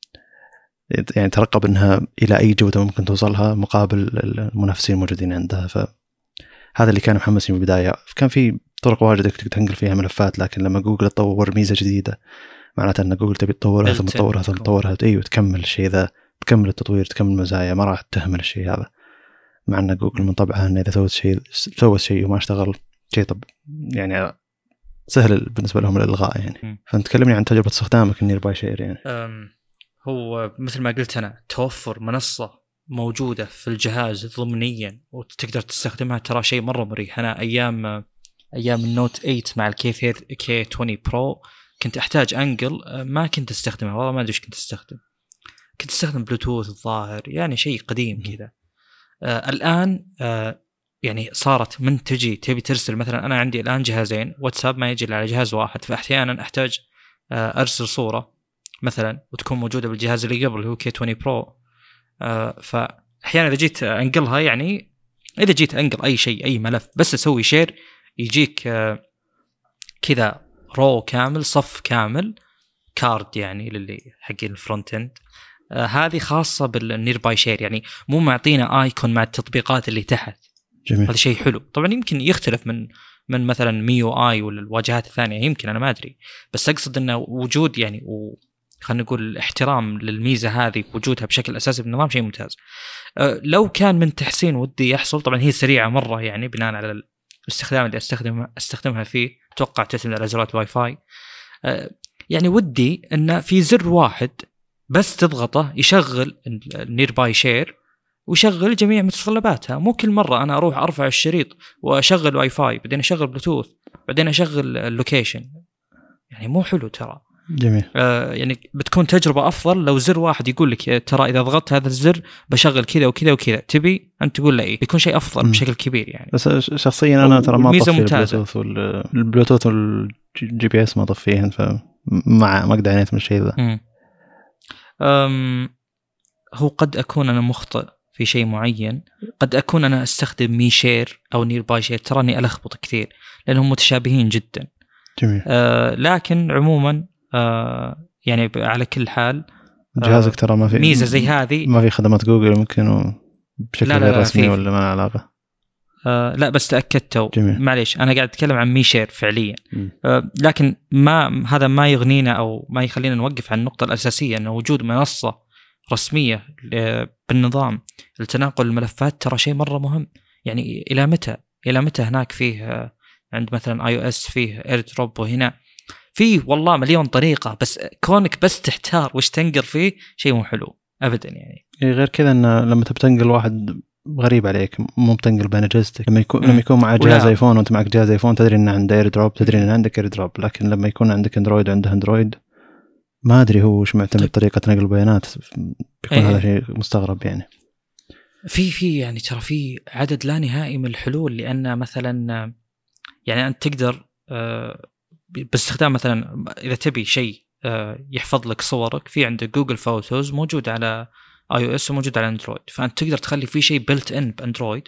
Speaker 1: يعني ترقب أنها إلى أي جودة ممكن توصلها مقابل المنافسين الموجودين عندها. فهذا اللي كان محمسني من البداية. كان في طرق واجدة تنقل فيها ملفات، لكن لما جوجل تطور ميزة جديدة معناته أن جوجل تبي تطورها ثم تطورها ثم تطورها أيوة تكمل الشيء ذا، تكمل التطوير، تكمل مزايا، ما راح تهمل الشيء هذا. مع أن جوجل من طبعها أن إذا سوت شيء سوت شيء وما اشتغل شيء طب يعني سهل بالنسبة لهم الإلغاء يعني. فأنت تكلمني عن تجربة استخدامك النير باي شير يعني.
Speaker 2: هو مثل ما قلت أنا، توفر منصة موجودة في الجهاز ضمنيا وتقدر تستخدمها ترى شيء مرة مريح. أنا أيام أيام النوت ثمانية مع الكي كي عشرين برو كنت أحتاج أنقل، ما كنت أستخدمها والله، ما أدري إيش كنت أستخدم، كنت أستخدم بلوتوث الظاهر يعني شيء قديم كذا. آه الآن آه يعني صارت من تجي تبي ترسل مثلا، أنا عندي الآن جهازين واتساب ما يجي على جهاز واحد، فأحيانا أحتاج آه أرسل صورة مثلا وتكون موجودة بالجهاز اللي قبل هو كي عشرين برو. آه فأحيانا إذا جيت أنقلها يعني إذا جيت أنقل أي شيء أي ملف بس أسوي شير يجيك آه كذا رو كامل صف كامل كارد يعني للي حقين الفرونت اند. آه هذه خاصة بالنير باي شير يعني، مو معطينا آيكون مع التطبيقات اللي تحت.
Speaker 1: جميل.
Speaker 2: هذا شيء حلو. طبعا يمكن يختلف من من مثلا ميو آي ولا الواجهات الثانية، يمكن أنا ما أدري، بس أقصد إنه وجود يعني وخلنا نقول الاحترام للميزة هذه وجودها بشكل أساسي بالنظام شيء ممتاز. أه لو كان من تحسين ودي يحصل، طبعا هي سريعة مرة يعني بناء على الاستخدام اللي أستخدمها أستخدمها فيه، أتوقع تعتمد على زرات الواي فاي. أه يعني ودي إن في زر واحد بس تضغطه يشغل النير باي شير ويشغل جميع متطلباتها. مو كل مرة أنا أروح أرفع الشريط وأشغل واي فاي بعدين أشغل بلوتوث بعدين أشغل اللوكيشن، يعني مو حلو ترى.
Speaker 1: جميل.
Speaker 2: آه يعني بتكون تجربة أفضل لو زر واحد يقول لك ترى إذا ضغطت هذا الزر بشغل كذا وكذا وكذا، تبي أنت تقول له إيه، بيكون شيء أفضل م. بشكل كبير يعني.
Speaker 1: بس شخصيا أنا ترى ما أطفي البلوتوث والبلوتوث والجي بي إس ما أطفيهن، فما ما أقدر أنيت من الشيء ذا.
Speaker 2: هو قد أكون أنا مخطئ في شيء معين، قد أكون أنا أستخدم مي شير أو نير باي شير، تراني ألخبط كثير لأنهم متشابهين جدا.
Speaker 1: جميل.
Speaker 2: آه لكن عموما آه يعني على كل حال
Speaker 1: جهازك ترى ما في
Speaker 2: ميزة زي هذه،
Speaker 1: ما في خدمات جوجل ممكن بشكل
Speaker 2: لا لا
Speaker 1: غير
Speaker 2: لا
Speaker 1: رسمي
Speaker 2: في
Speaker 1: ولا ما علاقة؟
Speaker 2: آه لا بس تأكدت. معليش أنا قاعد أتكلم عن مي شير فعليا. آه لكن ما هذا ما يغنينا أو ما يخلينا نوقف عن النقطة الأساسية، أنه وجود منصة رسمية بالنظام لتناقل الملفات ترى شيء مرة مهم. يعني إلى متى إلى متى هناك فيه عند مثلا آي أو إس فيه إير دروب، وهنا فيه والله مليون طريقة، بس كونك بس تحتار وش تنقل فيه شيء مو حلو أبدا يعني.
Speaker 1: غير كذا أن لما تبتنقل واحد غريب عليك مو بتنقل بين اجهزتك. لما يكون لما يكون معك جهاز ايفون وانت معك جهاز ايفون تدري ان عنده اير دروب، تدري ان عندك اير دروب، لكن لما يكون عندك اندرويد وعنده اندرويد ما ادري هو وش معتمد طيب. طريقه نقل البيانات بيكون ايه. هذا شيء مستغرب يعني.
Speaker 2: في في يعني ترى في عدد لا نهائي من الحلول، لان مثلا يعني انت تقدر باستخدام مثلا اذا تبي شيء يحفظ لك صورك، في عندك جوجل فوتوز موجود على اي او اس وموجود على اندرويد، فانت تقدر تخلي فيه شيء بلت ان باندرويد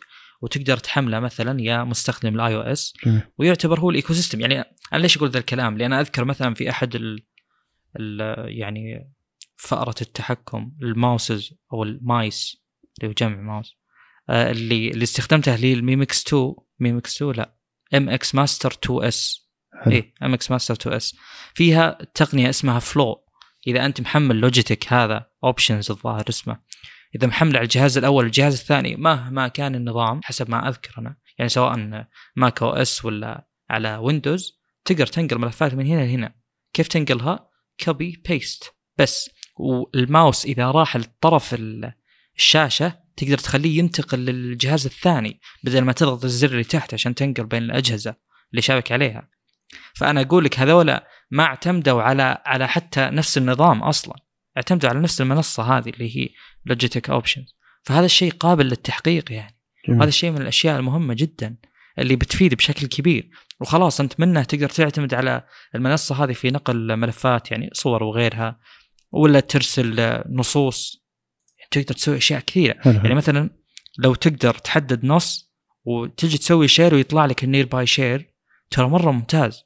Speaker 2: وتقدر تحمله مثلا يا مستخدم الاي او اس، ويعتبر هو الايكو سيستم. يعني انا ليش اقول ذا الكلام؟ لان اذكر مثلا في احد ال ال يعني فأرة التحكم الماوسز او المايس اللي هو جمع ماوس آه اللي اللي استخدمته لي الميمكس تو ميمكس تو لا ام اكس ماستر تو اس اي ام اكس ماستر تو اس فيها تقنيه اسمها فلو. اذا انت محمل لوجيتك هذا اوبشنز الظاهر اسمه، اذا محمل على الجهاز الاول الجهاز الثاني مهما كان النظام حسب ما اذكر انا، يعني سواء ماك او اس ولا على ويندوز، تقدر تنقل ملفات من هنا لهنا. كيف تنقلها؟ كوبي بيست بس. والماوس اذا راح لطرف الشاشه تقدر تخليه ينتقل للجهاز الثاني بدل ما تضغط الزر اللي تحت عشان تنقل بين الاجهزه اللي شابك عليها. فانا اقول لك هذولا ما اعتمدوا على على حتى نفس النظام اصلا، اعتمدوا على نفس المنصه هذه اللي هي لوجيتك اوبشنز. فهذا الشيء قابل للتحقيق يعني. وهذا الشيء من الاشياء المهمه جدا اللي بتفيد بشكل كبير. وخلاص انت منه تقدر تعتمد على المنصه هذه في نقل ملفات يعني صور وغيرها، ولا ترسل نصوص، تقدر تسوي اشياء كثيره. يعني مثلا لو تقدر تحدد نص وتجي تسوي شير ويطلع لك النير باي شير، ترى مره ممتاز،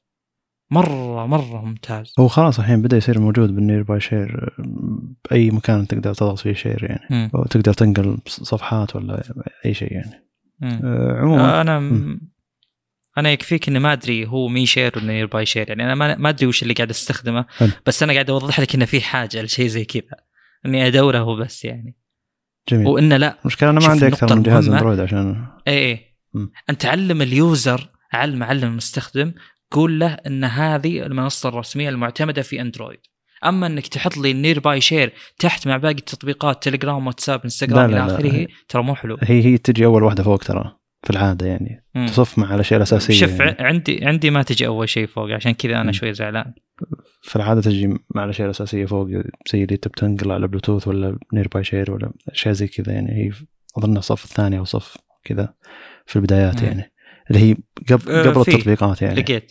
Speaker 2: مره مره ممتاز.
Speaker 1: هو خلاص الحين بدا يصير موجود بالنير باي شير باي مكان تقدر تضغط فيه شير يعني، وتقدر تنقل صفحات ولا اي شيء يعني.
Speaker 2: آه عموما انا م. انا يكفيك اني ما ادري هو مي شير ولا نير باي شير، يعني انا ما ادري وش اللي قاعد استخدمه حلو. بس انا قاعد اوضح لك انه في حاجه لشيء زي كذا اني ادوره هو بس يعني.
Speaker 1: جميل.
Speaker 2: وان لا
Speaker 1: مشكلة انا ما عندي اكثر من جهاز اندرويد عشان
Speaker 2: اي اي انت تعلم اليوزر، علم علم المستخدم، قول له ان هذه المنصه الرسميه المعتمده في اندرويد. اما انك تحط لي النير باي شير تحت مع باقي التطبيقات تليجرام واتساب انستغرام الى اخره، ترى مو حلو.
Speaker 1: هي هي تجي اول واحده فوق ترى في العاده يعني. مم. تصف مع الاشياء الاساسيه.
Speaker 2: شوف
Speaker 1: يعني.
Speaker 2: عندي عندي ما تجي اول شيء فوق، عشان كذا انا مم. شوي زعلان.
Speaker 1: في العاده تجي مع الاشياء الاساسيه فوق، زي اللي تبي تنقل على بلوتوث ولا نير باي شير ولا اشياء زي كذا يعني. هي اظن الصف الثاني او صف كذا في البدايات مم. يعني اللي هي قبل قبل التطبيقات يعني.
Speaker 2: لقيت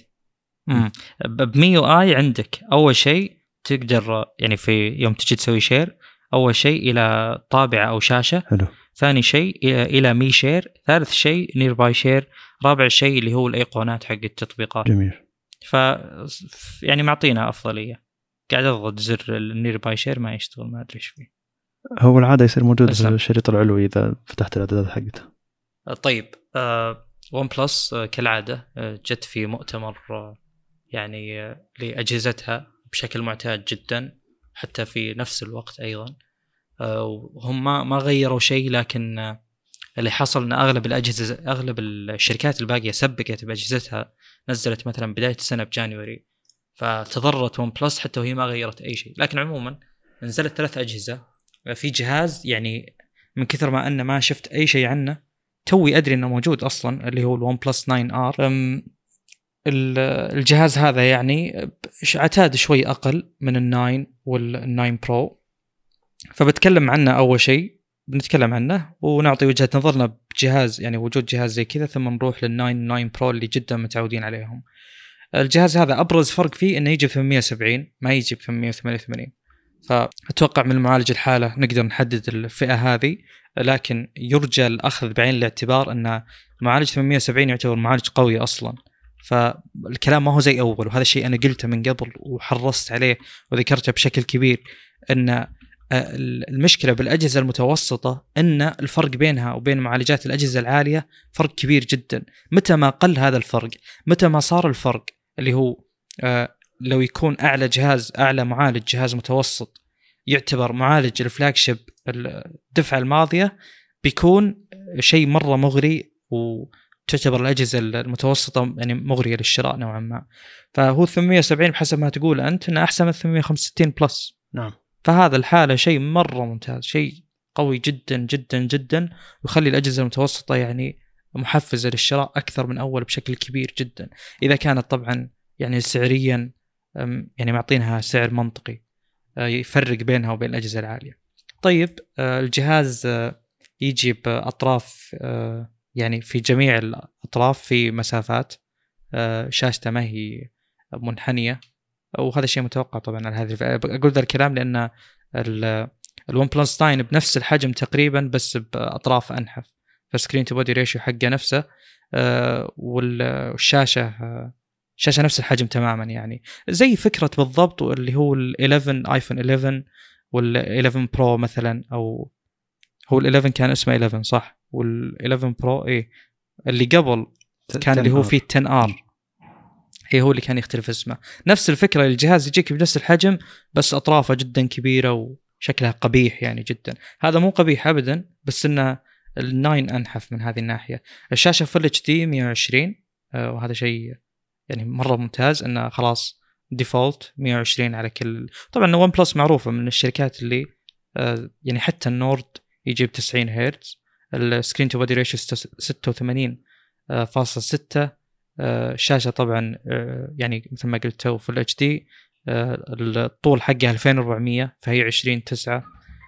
Speaker 2: بميو اي عندك اول شيء تقدر يعني في يوم تجي تسوي شير، اول شيء الى طابعه او شاشه
Speaker 1: حلو.
Speaker 2: ثاني شيء الى مي شير، ثالث شيء نير باي شير، رابع شيء اللي هو الايقونات حق التطبيقات.
Speaker 1: جميل.
Speaker 2: ف يعني معطينا افضليه. قاعد اضغط زر النير باي شير ما يشتغل، ما ادري ايش فيه.
Speaker 1: هو العاده يصير موجود في الشريط العلوي اذا فتحت الاعدادات حقته.
Speaker 2: طيب آه ون بلس آه كالعاده آه جت في مؤتمر آه يعني آه لاجهزتها بشكل معتاد جدا، حتى في نفس الوقت ايضا آه هم ما ما غيروا شيء، لكن آه اللي حصل ان اغلب الاجهزه اغلب الشركات الباقيه سبقت باجهزتها، نزلت مثلا بدايه السنه بجانوري، فتضررت ون بلس حتى وهي ما غيرت اي شيء. لكن عموما نزلت ثلاث اجهزه. في جهاز يعني من كثر ما أن ما شفت أي شيء عنه توي أدري أنه موجود أصلا، اللي هو الون بلس ناين آر. الجهاز هذا يعني عتاد شوي أقل من الناين والناين برو، فبتكلم عنه أول شيء، بنتكلم عنه ونعطي وجهة نظرنا بجهاز يعني وجود جهاز زي كذا، ثم نروح للناين ناين برو اللي جدا متعودين عليهم. الجهاز هذا أبرز فرق فيه أنه يجي ثمانمية وسبعين ما يجي ثمانمية وثمانية وثمانين، فأتوقع من المعالج الحالة نقدر نحدد الفئة هذه، لكن يرجى الأخذ بعين الاعتبار أن المعالج ثمانمية وسبعين يعتبر معالج قوي أصلا، فالكلام ما هو زي أول. وهذا الشيء أنا قلته من قبل وحرصت عليه وذكرته بشكل كبير، أن المشكلة بالأجهزة المتوسطة أن الفرق بينها وبين معالجات الأجهزة العالية فرق كبير جدا. متى ما قل هذا الفرق، متى ما صار الفرق اللي هو آه لو يكون أعلى جهاز أعلى معالج جهاز متوسط يعتبر معالج الفلاجشيب الدفعة الماضية، بيكون شيء مرة مغري، وتعتبر الأجهزة المتوسطة يعني مغرية للشراء نوعا ما. فهو ثمانمية وسبعين بحسب ما تقول أنت أنه أحسن من ثمانمية وخمسة وستين بلس.
Speaker 1: نعم.
Speaker 2: فهذا الحالة شيء مرة ممتاز، شيء قوي جدا جدا جدا، ويخلي الأجهزة المتوسطة يعني محفزة للشراء أكثر من أول بشكل كبير جدا، إذا كانت طبعا يعني سعريا يعني معطينها سعر منطقي يفرق بينها وبين الأجهزة العالية. طيب الجهاز يجي بأطراف يعني في جميع الأطراف في مسافات، شاشته ما هي منحنية، وهذا شيء متوقع طبعا على هذه. أقول ذا الكلام لأن الون بلس ناين بنفس الحجم تقريبا بس بأطراف أنحف، فسكرين تو بودي ريشيو حقه نفسه، آه والشاشة آه الشاشة نفس الحجم تماما، يعني زي فكرة بالضبط اللي هو ال إحدى عشر ايفون إحدى عشر وال إحدى عشر برو مثلا، او هو ال إحدى عشر كان اسمه إحدى عشر صح، وال إحدى عشر برو ايه اللي قبل كان اللي هو فيه عشرة آر، هي هو اللي كان يختلف اسمه. نفس الفكرة، الجهاز يجيك بنفس الحجم بس أطرافه جدا كبيرة وشكلها قبيح يعني جدا. هذا مو قبيح أبدا، بس إنه الناين أنحف من هذه الناحية. الشاشة فل اتش دي مية وعشرين، آه وهذا شيء يعني مرة ممتاز، إنه خلاص ديفولت مية وعشرين على كل. طبعا ون بلس معروفة من الشركات اللي آه يعني حتى النورد يجيب تسعين هرتز، السكرين تو بودي ريشيو ستة وثمانين فاصلة ستة. الشاشة طبعا يعني مثل ما قلت تو فل اتش دي، الطول حقها ألفين وأربعمية فهي عشرين تسعة،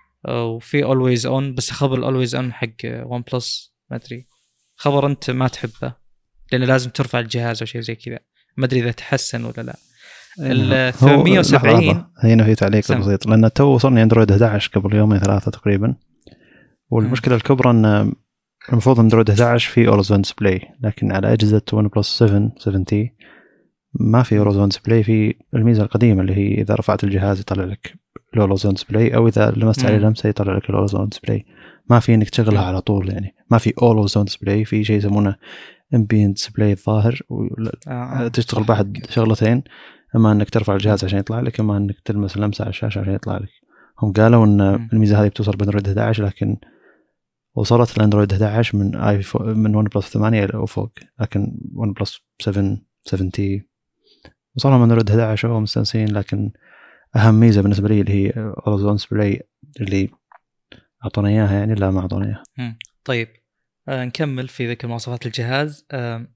Speaker 2: وفي always on. بس خبر always on حق ون بلس ما أدري، خبر أنت ما تحبه لأنه لازم ترفع الجهاز أو شيء زي كذا، ما أدري إذا تحسن ولا لا. ال ثمانمية وسبعين
Speaker 1: هنا في تعليق سم. بسيط، لأن تو وصلني أندرويد إحدى عشر قبل يومين ثلاثة تقريبا، والمشكلة م. الكبرى أن المفروض اندرويد إحدى عشر في اولويز اون ديسبلاي، لكن على اجهزه ون بلس سبعة سبعة تي ما في اولويز اون ديسبلاي. في الميزه القديمه اللي هي اذا رفعت الجهاز يطلع لك الاولويز اون ديسبلاي، او اذا لمست عليه لمسه يطلع لك الاولويز اون ديسبلاي. ما في انك تشغلها على طول، يعني ما في اولويز اون ديسبلاي، في شيء يسمونه امبيانت ديسبلاي الظاهر، وتشتغل بحد شغلتين، اما انك ترفع الجهاز عشان يطلع لك، اما انك تلمس اللمسه على الشاشه عشان يطلع لك. هم قالوا ان الميزه هذه بتوصل باندرويد إحدى عشر، لكن وصلت الاندرويد إحدى عشر من ايفون من ون بلس ثمانية الى وفوق، لكن ون بلس سبعة سبعة تي وصلهم اندرويد إحدى عشر وهم مستانسين. لكن اهم ميزه بالنسبه لي اللي هي اولويز اون ديسبلاي اللي اعطونا اياها، يعني لا ما اعطونا اياها.
Speaker 2: طيب آه نكمل في ذكر مواصفات الجهاز. آه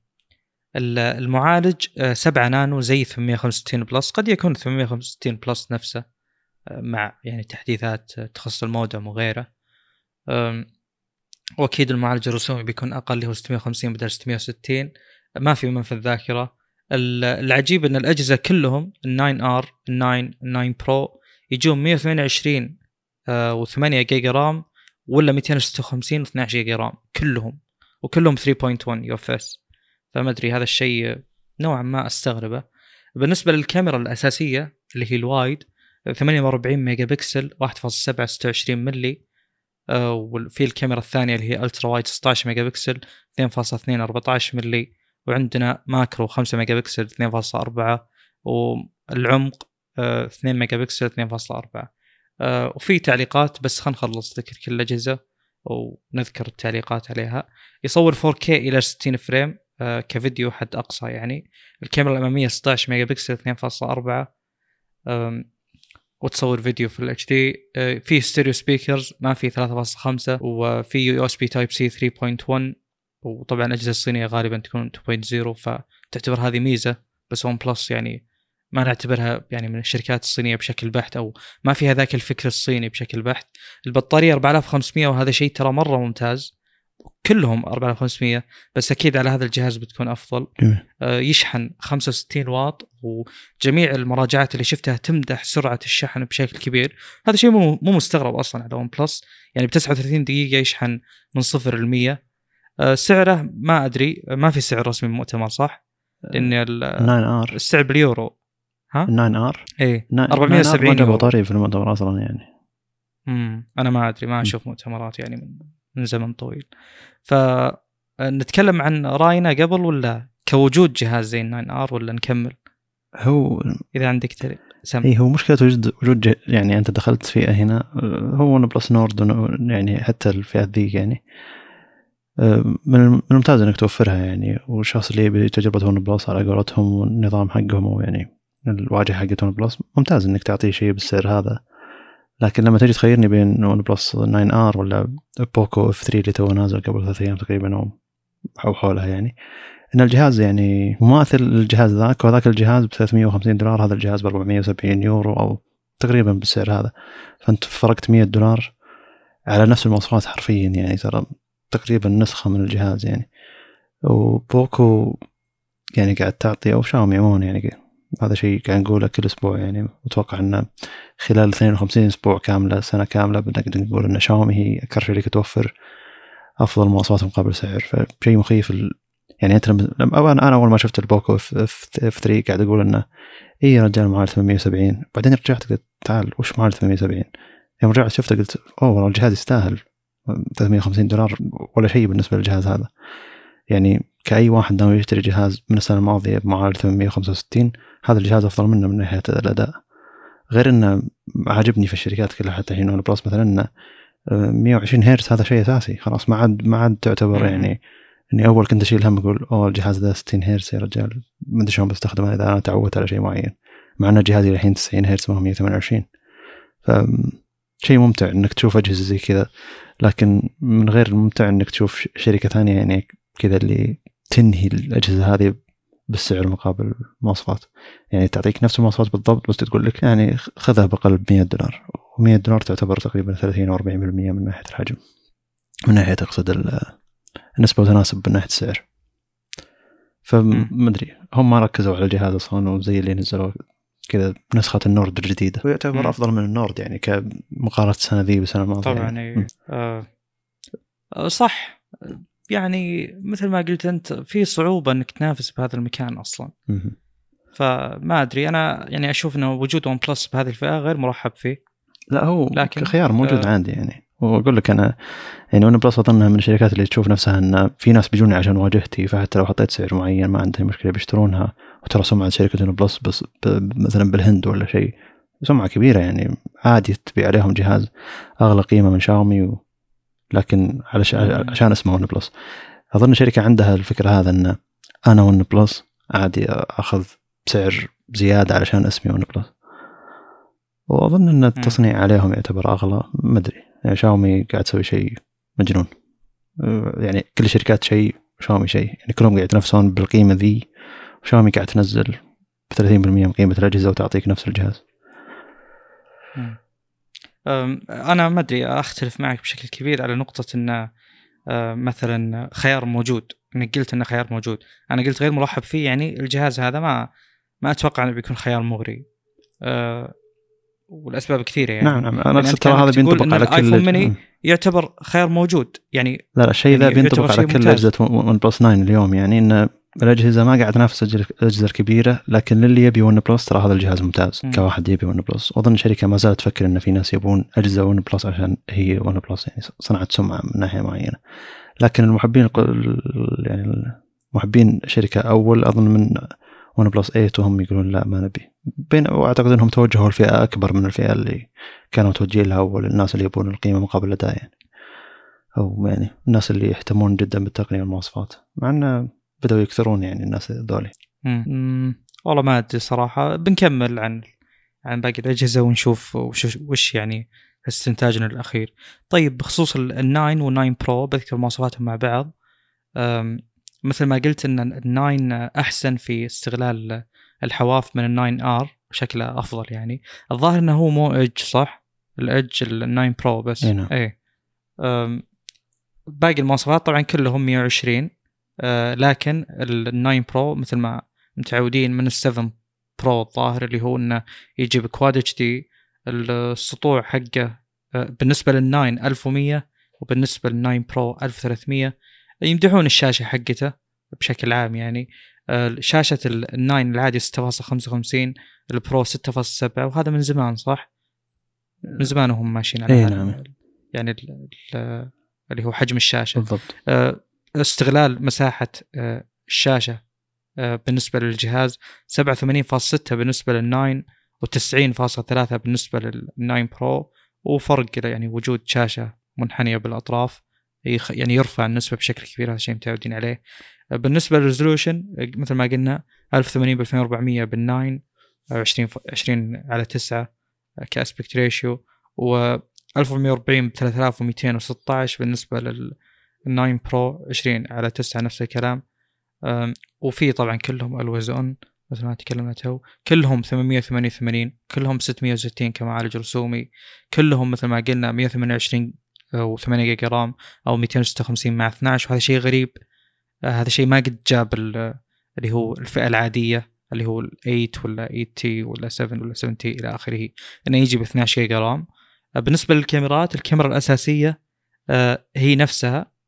Speaker 2: المعالج آه سبعة نانو زي ثمانمية وخمسة وستين بلس، قد يكون ثمانمية وخمسة وستين بلس نفسه آه مع يعني تحديثات تخص المودم وغيره. آه واكيد المعالج الرسومي بيكون اقل اللي هو ستمية وخمسين بدل ستمية وستين. ما في منفذ ذاكره. العجيب ان الاجهزه كلهم الناين ار الناين الناين برو يجون مية وثمانية وعشرين آه و8 جيجا رام، ولا مئتين وستة وخمسين و12 جيجا رام كلهم، وكلهم ثلاثة فاصلة واحد يو اف اس. فما ادري، هذا الشيء نوعا ما استغربه. بالنسبه للكاميرا الاساسيه اللي هي الوايد ثمانية وأربعين ميجا بكسل واحد فاصلة سبعة ستة وعشرين ملي، آه وفي الكاميرا الثانيه اللي هي الترا وايد ستة عشر ميجا بكسل اثنين فاصلة اثنين أربعة عشر ملي، وعندنا ماكرو خمسة ميجا بكسل اثنين فاصلة أربعة، والعمق آه اثنين ميجا بكسل اثنين فاصلة أربعة. آه وفي تعليقات، بس خلينا نخلص ذكر كل الأجهزة ونذكر التعليقات عليها. يصور فور كيه إلى ستين فريم آه كفيديو حد أقصى. يعني الكاميرا الأمامية ستة عشر ميجا بكسل اثنين فاصلة أربعة، وتصور فيديو في الاتش دي. آه فيه ستيريو سبيكرز، ما في ثلاثة فاصلة خمسة، وفي يو اس بي تايب سي ثلاثة فاصلة واحد، وطبعا الأجهزة الصينية غالبا تكون اثنين فاصلة صفر، فتعتبر هذه ميزة. بس ون بلس يعني ما نعتبرها يعني من الشركات الصينية بشكل بحت، أو ما فيها ذاك الفكر الصيني بشكل بحت. البطارية أربعة آلاف وخمسمية، وهذا شيء ترى مرة ممتاز، كلهم أربعة آلاف وخمسمية، بس أكيد على هذا الجهاز بتكون أفضل. آه يشحن خمسة وستين واط، وجميع المراجعات اللي شفتها تمدح سرعة الشحن بشكل كبير. هذا شيء مو مو مستغرب أصلا على ون بلس، يعني بتسعة وثلاثين دقيقة يشحن من صفر للمية. آه سعره ما أدري، ما في سعر رسمي مؤتمر صح؟ لأن السعر باليورو. ها ناين آر ايه أربعمية وسبعين
Speaker 1: يورو بطارية في المؤتمر اصلا يعني.
Speaker 2: امم انا ما ادري، ما اشوف مؤتمرات يعني من, من زمن طويل. فنتكلم عن راينا قبل ولا كوجود جهاز زي ناين آر، ولا نكمل؟
Speaker 1: هو
Speaker 2: اذا عندك ترى
Speaker 1: سم ايه هو مشكلة وجود وجود يعني انت دخلت فئة هنا، هو ون بلس نورد يعني حتى الفئة ذي يعني من الممتاز انك توفرها يعني. والشخص اللي بتجربة ون بلس على قولتهم والنظام حقهم يعني الواجهة حقت ون بلس، ممتاز انك تعطيه شيء بالسعر هذا. لكن لما تيجي تخيرني بين ون بلس ناين آر ولا بوكو اف ثري اللي تو نازل قبل ثلاث ايام تقريبا او حولها، يعني ان الجهاز يعني مماثل للجهاز ذاك، وذاك الجهاز ب ثلاثمية وخمسين دولار، هذا الجهاز ب أربعمية وسبعين يورو او تقريبا بالسعر هذا. فانت فرقت مية دولار على نفس المواصفات حرفيا، يعني ترى تقريبا نسخة من الجهاز يعني. وبوكو يعني قاعد تعطي، او شاومي عموما يعني هذا شيء قاعد نقوله كل اسبوع يعني. متوقع ان خلال اثنين وخمسين اسبوع كامله، سنه كامله، بنقدر نقول ان شاومي هي اكثر شركه توفر افضل مواصفات مقابل سعر، فشيء مخيف ال... يعني انت لما انا اول ما شفت البوكو اف ثلاثة قاعد اقول انه اي يا رجال معالج ثمانمية وسبعين، بعدين رجعت قلت تعال وش معالج ثمانمية وسبعين، يوم رجعت شفته قلت اوه والله الجهاز يستاهل ثلاثمية وخمسين دولار ولا شيء بالنسبه للجهاز هذا. يعني كأي واحد ناوي يشتري جهاز من السنه الماضيه بمعالج ثمانمية وخمسة وستين، هذا الجهاز افضل منه من ناحيه الاداء. غير انه عاجبني في الشركات كلها حتى الحين ون بلس مثلا انه مية وعشرين هرتز هذا شيء اساسي خلاص، ما عاد ما عاد تعتبر يعني اني اول كنت اشيل هم اقول اوه الجهاز ذا ستين هرتز يا رجال ما ادري شلون بستخدمه اذا انا تعودت على شيء معين، مع ان جهازي الحين تسعين هرتز ما هو مية وثمانية وعشرين. فشيء ممتع انك تشوف اجهزه زي كذا، لكن من غير الممتع انك تشوف شركه ثانيه يعني كذا اللي تنهي الاجهزه هذه بالسعر مقابل مواصفات، يعني تعطيك نفس المواصفات بالضبط بس تقول لك يعني خذها بقلب مية دولار، و100 دولار تعتبر تقريبا ثلاثين أو أربعين بالمية من ناحيه الحجم، من ناحيه اقصد النسبه وتناسب من ناحيه السعر. فما ادري هم ما ركزوا على الجهاز اصلا، وزي اللي نزلوا كذا نسخه النورد الجديده ويعتبر افضل من النورد يعني كمقارنه السنه ذي بالسنه الماضيه
Speaker 2: طبعا يعني. آه صح، يعني مثل ما قلت أنت في صعوبة أنك تنافس بهذا المكان أصلاً.
Speaker 1: م-
Speaker 2: فما أدري أنا يعني أشوف أنه وجود ون بلس بهذه الفئة غير مرحب فيه.
Speaker 1: لا هو
Speaker 2: لكن
Speaker 1: خيار موجود
Speaker 2: آه
Speaker 1: عندي يعني، وأقول لك أنا يعني ون بلس أظنها من الشركات اللي تشوف نفسها أن في ناس بيجوني عشان واجهتي، فحتى لو حطيت سعر معين ما عندهم مشكلة بيشترونها. وترى سمعة شركة ون بلس بس مثلا بالهند ولا شيء سمعة كبيرة، يعني عادي تبيع عليهم جهاز أغلى قيمة من شاومي و... لكن علشان عشان اسمه ون بلس. أظن شركة عندها الفكرة هذا أن أنا ون بلس عادي أخذ سعر زيادة علشان اسمي ون بلس، وأظن أن التصنيع عليهم يعتبر أغلى. ما أدري يعني شاومي قاعد تسوي شيء مجنون، يعني كل شركات شيء شاومي شيء، يعني كلهم قاعد يتنافسون بالقيمة ذي، وشاومي قاعد تنزل بثلاثين بالمية من قيمة الأجهزة وتعطيك نفس الجهاز.
Speaker 2: أنا ما أدري أختلف معك بشكل كبير على نقطة أن مثلا خيار موجود، أنك قلت أنه خيار موجود، أنا قلت غير مرحب فيه. يعني الجهاز هذا ما ما أتوقع أنه بيكون خيار مغري، أه والأسباب كثيرة يعني.
Speaker 1: نعم نعم أنا أقصد ترى هذا بينطبق على كل
Speaker 2: الايفون ميني يعتبر خيار موجود يعني.
Speaker 1: لا لا الشيء ذا يعني بينطبق على كل أجهزة ون بلس تسعة اليوم، يعني إن الأجهزة ما قاعد تنافس الأجهزة الكبيرة، لكن للي يبي ون بلس ترى هذا الجهاز ممتاز. م. كواحد يبي ون بلس، وأظن الشركة ما زالت تفكر إن في ناس يبون أجهزة ون بلس عشان هي ون بلس يعني صنعت سمعة من ناحية معينة. لكن المحبين يعني المحبين شركة أول أظن من ون بلس ثمانية وهم يقولون لا ما نبي بين، وأعتقد أنهم توجهوا الفئة أكبر من الفئة اللي كانوا متوجهين لها أول، الناس اللي يبون القيمة مقابل الأداء يعني، أو يعني الناس اللي يهتمون جدا بالتقنية والمواصفات، مع أنه بدأوا يكثرون يعني الناس ذولي.
Speaker 2: والله ما أدري صراحة. بنكمل عن عن باقي الأجهزة ونشوف وش, وش يعني استنتاجنا الأخير. طيب بخصوص الناين والناين برو بذكر مواصفاتهم مع بعض. مثل ما قلت أن الناين أحسن في استغلال الحواف من الناين آر بشكل أفضل، يعني الظاهر أنه هو مو إدج صح؟ الإدج الناين برو بس.
Speaker 1: إيه.
Speaker 2: إيه. باقي المواصفات طبعا كلهم مية وعشرين، أه لكن الناين برو مثل ما متعودين من السفن برو الظاهر اللي هو انه يجي بكواد اتش دي. السطوع حقه أه بالنسبه للناين ألف ومية وبالنسبه للناين برو ألف وثلاثمية. يمدحون الشاشه حقته بشكل عام، يعني أه شاشه الناين العادي ستة فاصلة خمسة وخمسين، البرو ستة فاصلة سبعة، وهذا من زمان صح؟ من زمان وهم ماشيين على
Speaker 1: إيه
Speaker 2: هذا
Speaker 1: نعم.
Speaker 2: يعني ال ال اللي هو حجم الشاشة
Speaker 1: بالضبط.
Speaker 2: استغلال مساحة الشاشة بالنسبة للجهاز سبعة وثمانين فاصلة ستة بالنسبة للناين وتسعين فاصلة ثلاثة بالنسبة للناين برو، وفرق يعني وجود شاشة منحنية بالأطراف يعني يرفع النسبة بشكل كبير، هذا شيء متعودين عليه. بالنسبة للريزولوشن مثل ما قلنا ألف وثمانين ب ألفين وأربعمية بالناين، عشرين على تسعة كأسبكت ريشيو، و ألف ومية وأربعين ب ثلاثة آلاف ومئتين وستة عشر بالنسبة للناين برو، عشرين على تسعة نفس الكلام. وفي طبعا كلهم الوزون مثل ما تكلمته، كلهم ثمانمية وثمانية وثمانين، كلهم ستمية وستين كمعالج رسومي، كلهم مثل ما قلنا مية وثمانية وعشرين أو ثمانية جيجا رام أو مئتين وستة وخمسين مع اثني عشر، وهذا شيء غريب. هذا شيء ما قد جاب اللي هو الفئة العادية اللي هو ثمانية ولا ثمانية تي ولا سبعة ولا سبعة تي إلى آخره، إنه يجي باثني عشر جيجا رام. بالنسبة للكاميرات، الكاميرا الأساسية هي نفسها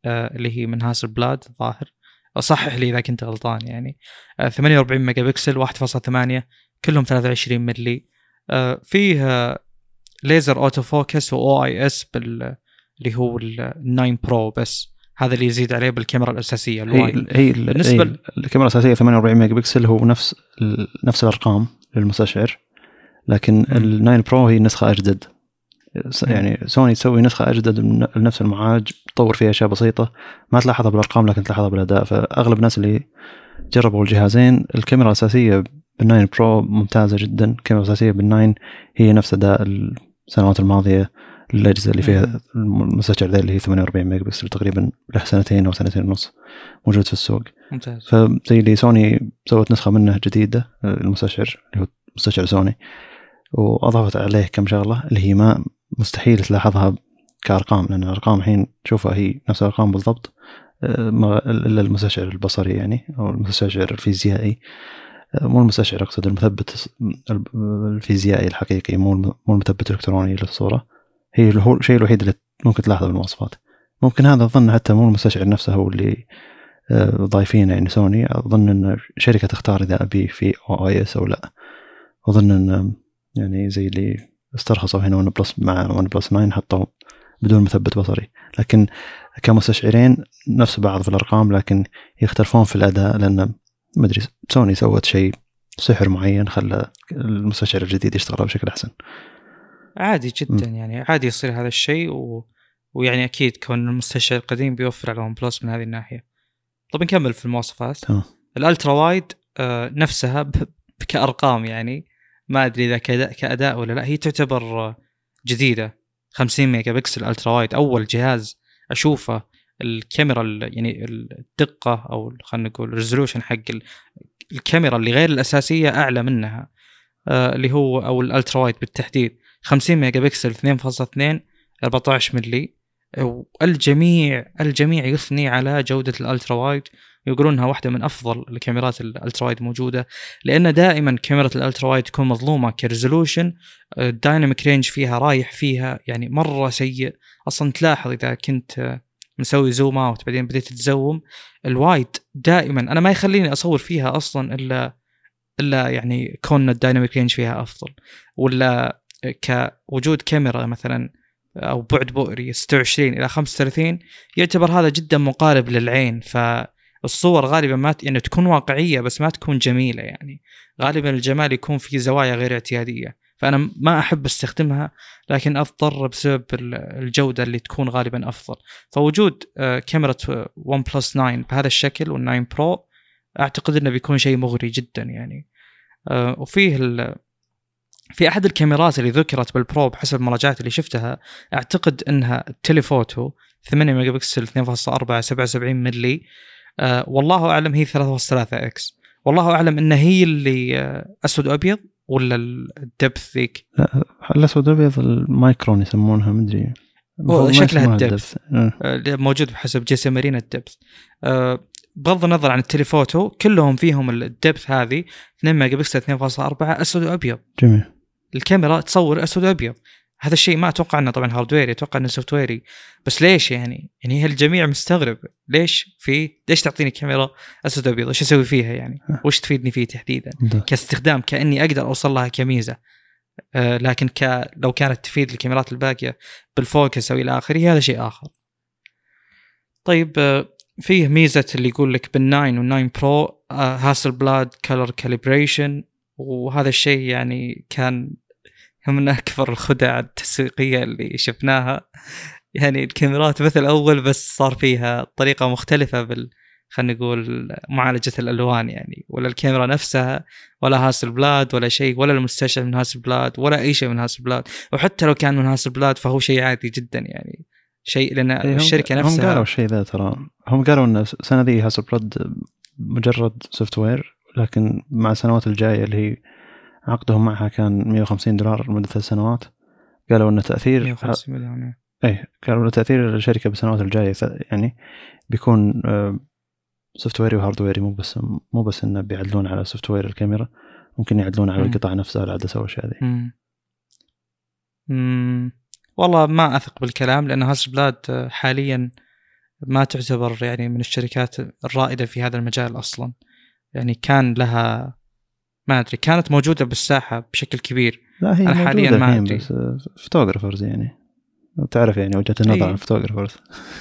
Speaker 2: آه اللي هي من هاسلبلاد الظاهر، صحح لي اذا كنت غلطان يعني. آه ثمانية وأربعين ميجا بكسل واحد فاصلة ثمانية كلهم ثلاثة وعشرين ملي. آه فيه ليزر اوتو فوكس و اي اس بال اللي هو الناين برو، بس هذا اللي يزيد عليه بالكاميرا الاساسيه
Speaker 1: هي هي بالنسبه هي الكاميرا الاساسيه ثمانية وأربعين ميجا بكسل، هو نفس نفس الارقام للمستشعر، لكن الناين برو هي نسخه اجدد. يعني سوني تسوي نسخه اجدد من نفس المعالج، تطور فيها اشياء بسيطه ما تلاحظها بالارقام لكن تلاحظها بالاداء. فاغلب الناس اللي جربوا الجهازين الكاميرا الاساسيه بالناين برو ممتازه جدا. الكاميرا الاساسيه بالناين هي نفس اداء السنوات الماضيه الأجهزة اللي فيها المستشعر ذا اللي هي ثمانية وأربعين ميجا بكسل، تقريبا له سنتين أو سنتين ونص موجود في السوق.
Speaker 2: ممتاز.
Speaker 1: فزي اللي سوني سوت نسخة منه جديدة المستشعر اللي هو مستشعر سوني، وأضافت عليه كم شغلة اللي هي ما مستحيل تلاحظها كأرقام، لأن الأرقام الحين تشوفها هي نفس الأرقام بالضبط إلا المستشعر البصري يعني أو المستشعر الفيزيائي، مو المستشعر أقصد المثبت الفيزيائي الحقيقي، مو مو المثبت الإلكتروني للصورة. هي هو الشيء الوحيد اللي ممكن تلاحظه بالمواصفات. ممكن هذا أظن حتى مو المستشعر نفسه هو اللي ضايفينه يعني سوني، أظن أن شركة تختار إذا أبي في أو آي إس أو لا. أظن أن يعني زي اللي استرخصوا هنا ون بلس مع ون بلس تسعة حطوا بدون مثبت بصري، لكن كمستشعرين نفس بعض في الأرقام لكن يختلفون في الأداء، لأن ما أدري سوني سوت شيء سحر معين خلى المستشعر الجديد يشتغل بشكل أحسن.
Speaker 2: عادي جدا م. يعني عادي يصير هذا الشيء و... ويعني أكيد كون المستشعر القديم بيوفر على ون بلس من هذه الناحية. طب نكمل في المواصفات.
Speaker 1: أه.
Speaker 2: الألترا وايد آه نفسها ب... كأرقام يعني ما أدري إذا كأداء, كأداء ولا لا، هي تعتبر جديدة. خمسين ميجا بكسل ألترا وايد، أول جهاز أشوفه الكاميرا يعني الدقة أو خلينا نقول الريزولوشن حق الكاميرا اللي غير الأساسية أعلى منها، آه اللي هو أو الألترا وايد بالتحديد خمسين ميجا بكسل اثنين فاصلة اثنين أربعة عشر ملي. والجميع الجميع يثني على جودة الألترا وايد، يقولون انها واحدة من افضل الكاميرات الألترا وايد موجودة، لان دائما كاميرا الألترا وايد تكون مظلومة كريزولوشن، الدايناميك رينج فيها رايح فيها يعني مرة سيء. اصلا تلاحظ اذا كنت مسوي زوم اوت بعدين بديت تزوم الوايد دائما انا ما يخليني اصور فيها اصلا الا الا يعني كون الدايناميك رينج فيها افضل، ولا كوجود كاميرا مثلا او بعد بؤري ستة وعشرين الى خمسة وثلاثين يعتبر هذا جدا مقارب للعين. فالصور غالبا ما يعني تكون واقعية بس ما تكون جميلة، يعني غالبا الجمال يكون في زوايا غير اعتيادية، فأنا ما أحب استخدمها لكن أضطر بسبب الجودة اللي تكون غالبا أفضل. فوجود كاميرا ون بلس تسعة بهذا الشكل والناين برو أعتقد أنه بيكون شيء مغري جدا يعني. وفيه في أحد الكاميرات اللي ذكرت بالبرو بحسب المراجعات اللي شفتها أعتقد أنها التليفوتو ثمانية ميجا بكسل اثنين فاصلة أربعة سبعة وسبعين ملي، أه والله أعلم هي ثلاثة فاصلة ثلاثة إكس، والله أعلم أن هي اللي أسود وأبيض ولا الدبث ذيك.
Speaker 1: الأسود وأبيض المايكرون يسمونها مدري
Speaker 2: شكلها الدبث موجود بحسب جيسي مارينا الدبث. أه بغض النظر عن التليفوتو كلهم فيهم الدبث هذه اثنين ميجا بكسل اثنين فاصلة أربعة أسود وأبيض.
Speaker 1: جميل.
Speaker 2: الكاميرا تصور أسود وأبيض، هذا الشيء ما أتوقع أنه طبعا هاردويري، أتوقع أنه سوفتويري، بس ليش يعني يعني الجميع مستغرب ليش في ليش تعطيني كاميرا أسود وأبيض، وش أسوي فيها يعني، وش تفيدني فيه تحديدا
Speaker 1: ده.
Speaker 2: كاستخدام كأني أقدر أوصل لها كميزة، آه لكن ك لو كانت تفيد الكاميرات الباقية بالفوكس أو إلى آخره هذا شيء آخر. طيب آه فيه ميزة اللي يقول لك بالناين والناين برو آه هاسلبلاد كولر كاليبريشن، وهذا الشيء يعني كان من أكبر الخدع التسويقية اللي شفناها. يعني الكاميرات مثل أول بس صار فيها طريقة مختلفة بال خلينا نقول معالجة الألوان يعني، ولا الكاميرا نفسها ولا هاسلبلاد ولا شيء، ولا المستشعر من هاسلبلاد ولا أي شيء من هاسلبلاد، وحتى لو كان من هاسلبلاد فهو شيء عادي جدا يعني شيء، لأن
Speaker 1: إيه
Speaker 2: الشركة
Speaker 1: هم
Speaker 2: نفسها
Speaker 1: هم قالوا الشيء ذا، ترى هم قالوا إن السنة ذي هاسلبلاد مجرد سوفت وير، لكن مع السنوات الجاية اللي هي عقدهم معها كان مئة وخمسين دولار لمدة ثلاث سنوات، قالوا إن تأثير
Speaker 2: مئة وخمسين مليون
Speaker 1: إيه قالوا إن تأثير الشركة بالسنوات الجاية يعني بيكون سوفت ويري وهارد ويري، مو بس مو بس إنه بيعدلون على سوفت وير الكاميرا، ممكن يعدلون على القطع نفسها العدسة والأشياء ذي.
Speaker 2: امم والله ما أثق بالكلام، لأن هاسلبلاد حاليا ما تعتبر يعني من الشركات الرائدة في هذا المجال أصلا. يعني كان لها ما أدري كانت موجودة بالساحة بشكل كبير.
Speaker 1: لا هي
Speaker 2: أنا حاليا
Speaker 1: موجودة
Speaker 2: ما
Speaker 1: الحين
Speaker 2: أدري.
Speaker 1: بس فوتوغرافرز يعني تعرف يعني وجهة النظر عن الفوتوغرافرز.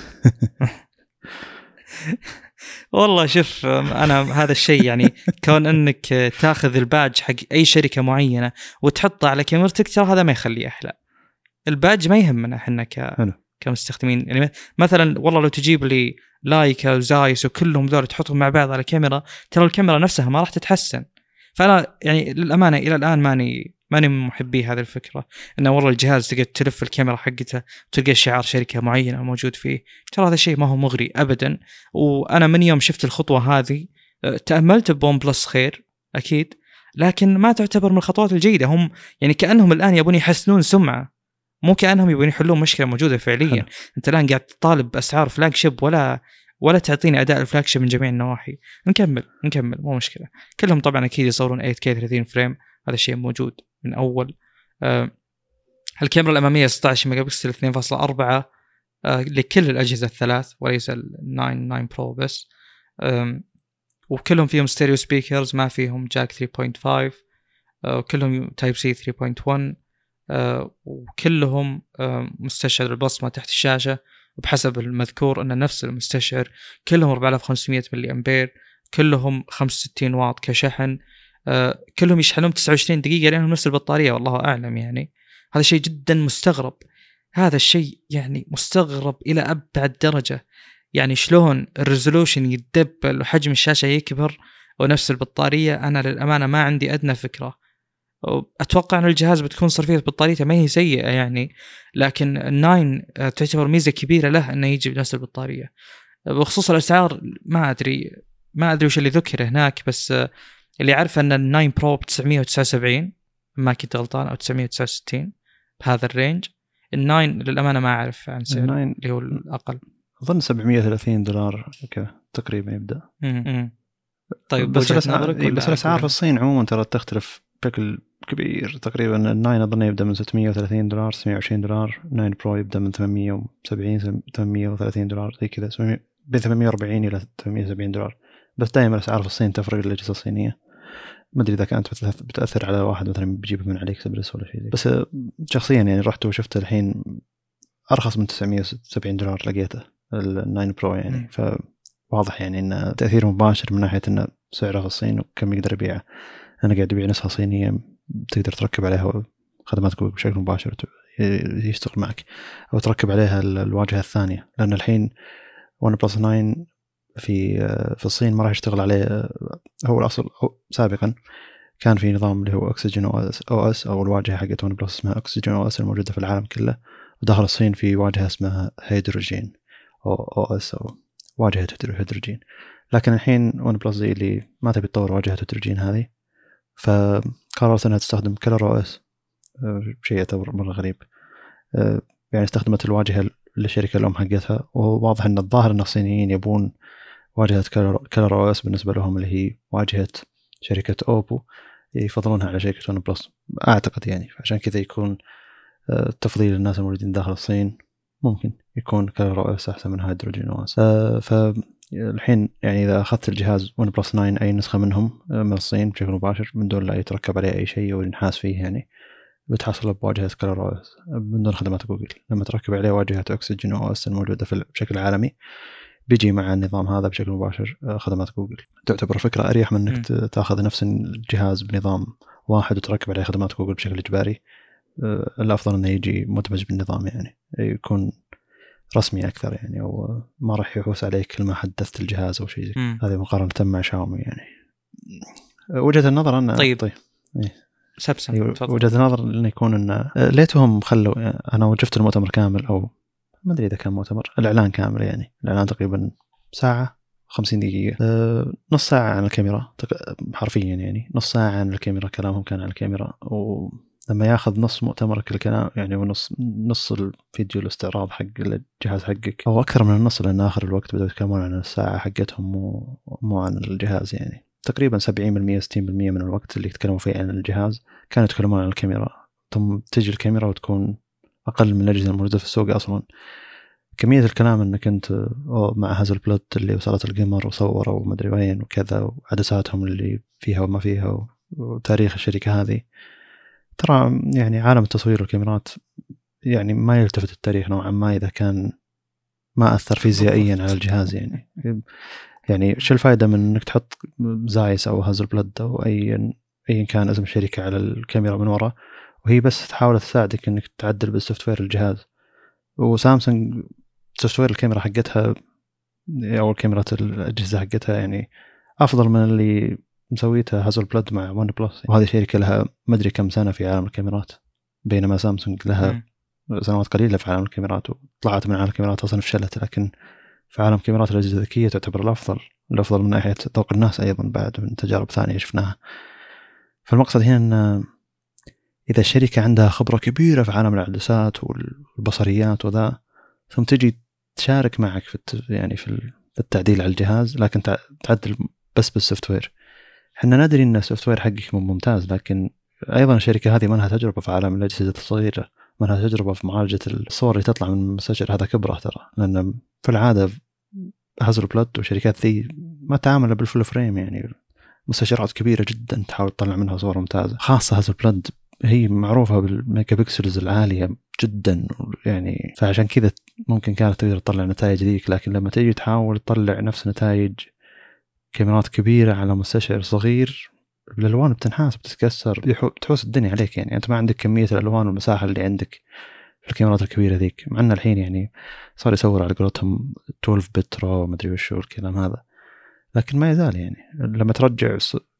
Speaker 2: والله شوف أنا هذا الشيء يعني كون أنك تأخذ الباج حق أي شركة معينة وتحطه على كاميرتك ترى هذا ما يخليه أحلى. الباج ما يهمنا إحنا ك كمستخدمين. يعني مثلا والله لو تجيب لي لايكا وزايس وكلهم ذول تحطهم مع بعض على كاميرا ترى الكاميرا نفسها ما راح تتحسن. فأنا يعني للأمانة إلى الآن ماني ماني من محبي هذه الفكرة إنه والله الجهاز تقدر تلف الكاميرا حقته وتلقى شعار شركة معينة موجود فيه. ترى هذا الشيء ما هو مغري أبدا. وأنا من يوم شفت الخطوة هذه تأملت بون بلس خير أكيد لكن ما تعتبر من الخطوات الجيدة. هم يعني كأنهم الآن يبون يحسنون سمعة مو كأنهم يبون يحلون مشكلة موجودة فعليا. حلو. أنت الآن قاعد تطالب بأسعار فلاج شيب ولا ولا تعطيني أداء الفلاج شيب من جميع النواحي. نكمل نكمل مو مشكلة. كلهم طبعا أكيد يصورون إيت كيه ثلاثين فريم هذا الشيء موجود من أول. أه الكاميرا الأمامية ستة عشر ميجا بكسل اثنين فاصلة أربعة أه لكل الأجهزة الثلاث وليس الناين ناين برو بس. أه وكلهم فيهم ستيريو سبيكرز ما فيهم جاك ثري بوينت فايف أه وكلهم تايب سي ثري بوينت ون أه وكلهم أه مستشعر البصمة تحت الشاشة وبحسب المذكور أن نفس المستشعر كلهم أربعة آلاف وخمسمية ملي أمبير كلهم خمسة وستين واط كشحن. أه كلهم يشحنون تسعة وعشرين دقيقة لأنهم نفس البطارية والله أعلم. يعني هذا شيء جدا مستغرب. هذا الشيء يعني مستغرب إلى أبعد درجة. يعني شلون الريزولوشن يتدبل وحجم الشاشة يكبر ونفس البطارية؟ أنا للأمانة ما عندي أدنى فكرة. أتوقع أن الجهاز بتكون صرفية بطاريته ما هي سيئة يعني لكن الناين تعتبر ميزة كبيرة له أنه يجي بنفس البطارية. بخصوص الأسعار ما أدري ما أدري وش اللي ذكر هناك بس اللي عارف أن الناين برو بتسعمية وتسعة وسبعين ما كنت غلطان أو تسعمية وتسعة وستين بهذا الرينج. الناين للأمانة ما أعرف عن سعر اللي هو الأقل
Speaker 1: أظن سبعمية وثلاثين دولار كذا تقريبا يبدأ.
Speaker 2: م-م. طيب
Speaker 1: بس الأسعار بس الأسعار في الصين عموما ترى تختلف بشكل كبير. تقريبا الناين أظن يبدأ من ستمية وثلاثين دولار ستمية وعشرين دولار. ناين برو يبدأ من ثمانمية وسبعين ثمانمية وثلاثين دولار زي كذا بين ثمانمية وأربعين إلى ثمانمية وسبعين دولار. بس دائما الأسعار في الصين تفرق الأجهزة الصينية. ما أدري إذا كانت بتأثر على واحد مثلا بيجيبه من عليك سبرس ولا شيء. بس شخصيا يعني رحت وشفت الحين أرخص من تسعمية وسبعين دولار لقيته الناين برو يعني. فواضح يعني إن تأثير مباشر من ناحية إن سعره في الصين وكم يقدر يبيعه. أنا قاعد أبيع نسخة صينية تقدر تركب عليها خدمات جوجل بشكل مباشر يشتغل معك أو تركب عليها الواجهة الثانية. لأن الحين ون بلس ناين في في الصين ما راح يشتغل عليه. هو الأصل سابقا كان في نظام اللي هو أكسجين أو أس أو الواجهة حقت ون بلس اسمها أكسجين أو أس الموجودة في العالم كله. وداخل الصين في واجهة اسمها هيدروجين أو أو أس أو واجهة هيدروجين. لكن الحين ون بلس زي اللي ما تبي تطور واجهة هيدروجين هذه فقررت أنها تستخدم كلر أو أس. شيء يعتبر مرة غريب. يعني استخدمت الواجهة للشركة الأم حقتها. وواضح أن الظاهر أن الصينيين يبون واجهة كلر أو أس بالنسبة لهم اللي هي واجهة شركة أوبو يفضلونها على شركة ون بلس أعتقد يعني. عشان كذا يكون تفضيل الناس الموجودين داخل الصين ممكن يكون كلر أو أس أحسن من هيدروجين أو أس. فالحين يعني إذا أخذت الجهاز ون بلس ناين أي نسخة منهم من الصين بشكل مباشر من دون لا يتركب عليه أي شيء أو ينحاس فيه يعني بتحصل بواجهة كلر أو أس من دون خدمات جوجل. لما تركب عليه واجهة أكسجين أو أس الموجودة في بشكل عالمي بيجي مع النظام هذا بشكل مباشر خدمات جوجل. تعتبر فكرة أريح من أنك م. تأخذ نفس الجهاز بنظام واحد وتركب عليه خدمات جوجل بشكل إجباري. الأفضل أنه يجي مدمج بالنظام يعني يكون رسمي أكثر يعني أو ما راح يحوس عليك كل ما حدثت الجهاز أو شيء زي هذه مقارنة مع شاومي يعني. وجهة النظر أن
Speaker 2: طيب,
Speaker 1: طيب. إيه.
Speaker 2: سبسم
Speaker 1: وجهة النظر إنه يكون إن ليتهم خلوا. أنا وجفت المؤتمر كامل أو ما أدري إذا كان مؤتمر الإعلان كامل يعني. الإعلان تقريبا ساعة خمسين دقيقة. أه نص ساعة عن الكاميرا حرفيا يعني نص ساعة عن الكاميرا. كلامهم كان عن الكاميرا. ولما ياخذ نص مؤتمرك الكلام يعني ونص نص الفيديو الاستعراض حق الجهاز حقك أو أكثر من النص لأن آخر الوقت بدأوا يتكلمون عن الساعة حقتهم مو مو عن الجهاز يعني. تقريبا سبعين بالمية ستين بالمية من الوقت اللي يتكلموا فيه عن الجهاز كانوا يتكلمون عن الكاميرا. ثم تجي الكاميرا وتكون أقل من الأجهزة الموجودة في السوق أصلا. كمية الكلام انك انت مع هازلبلد اللي وصلت القمر وصوروا ومدري وين وكذا وعدساتهم اللي فيها وما فيها وتاريخ الشركة هذه، ترى يعني عالم التصوير والكاميرات يعني ما يلتفت التاريخ نوعا ما إذا كان ما أثر فيزيائيا على الجهاز. يعني يعني شو الفائدة من انك تحط زايس او هازلبلد او اي ايا كان اسم الشركة على الكاميرا من وراء وهي بس تحاول تساعدك انك تعدل بالسوفت وير الجهاز. وسامسونج سوفت وير الكاميرا حقتها او الكاميرا الاجهزه حقتها يعني افضل من اللي مسويتها هازلبلد مع ون بلس، وهذه شركه لها مدري كم سنه في عالم الكاميرات، بينما سامسونج لها م. سنوات قليله في عالم الكاميرات وطلعت من عالم الكاميرات اصلا فشلت، لكن في عالم كاميرات الاجهزه الذكيه تعتبر الافضل الافضل من ناحيه ذوق الناس ايضا بعد من تجارب ثانيه شفناها. فالمقصد هنا ان اذا الشركه عندها خبره كبيره في عالم العدسات والبصريات وذا ثم تجي تشارك معك في يعني في التعديل على الجهاز، لكن تعدل بس بالسوفت وير. احنا ندري ان السوفت وير حقك ممتاز، لكن ايضا الشركه هذه ما لها تجربه في عالم الاجهزه الصغيره، ما لها تجربه في معالجه الصور اللي تطلع من المستشعر. هذا كبره ترى، لان في العاده هازلبلد وشركات ذي ما تعامل بالفول فريم، يعني مستشعرات كبيره جدا تحاول تطلع منها صور ممتازه. خاصه هازلبلد هي معروفة بالميجا بكسلز العالية جدا يعني، فعشان كذا ممكن كانت تقدر تطلع نتائج ذيك. لكن لما تيجي تحاول تطلع نفس نتائج كاميرات كبيرة على مستشعر صغير، الألوان بتنحاس بتتكسر بتحوس الدنيا عليك. يعني أنت ما عندك كمية الألوان والمساحة اللي عندك في الكاميرات الكبيرة ذيك، مع أن الحين يعني صار يصور على قولتهم اثنا عشر بت رو ما أدري وشو الكلام هذا، لكن ما يزال يعني لما ترجع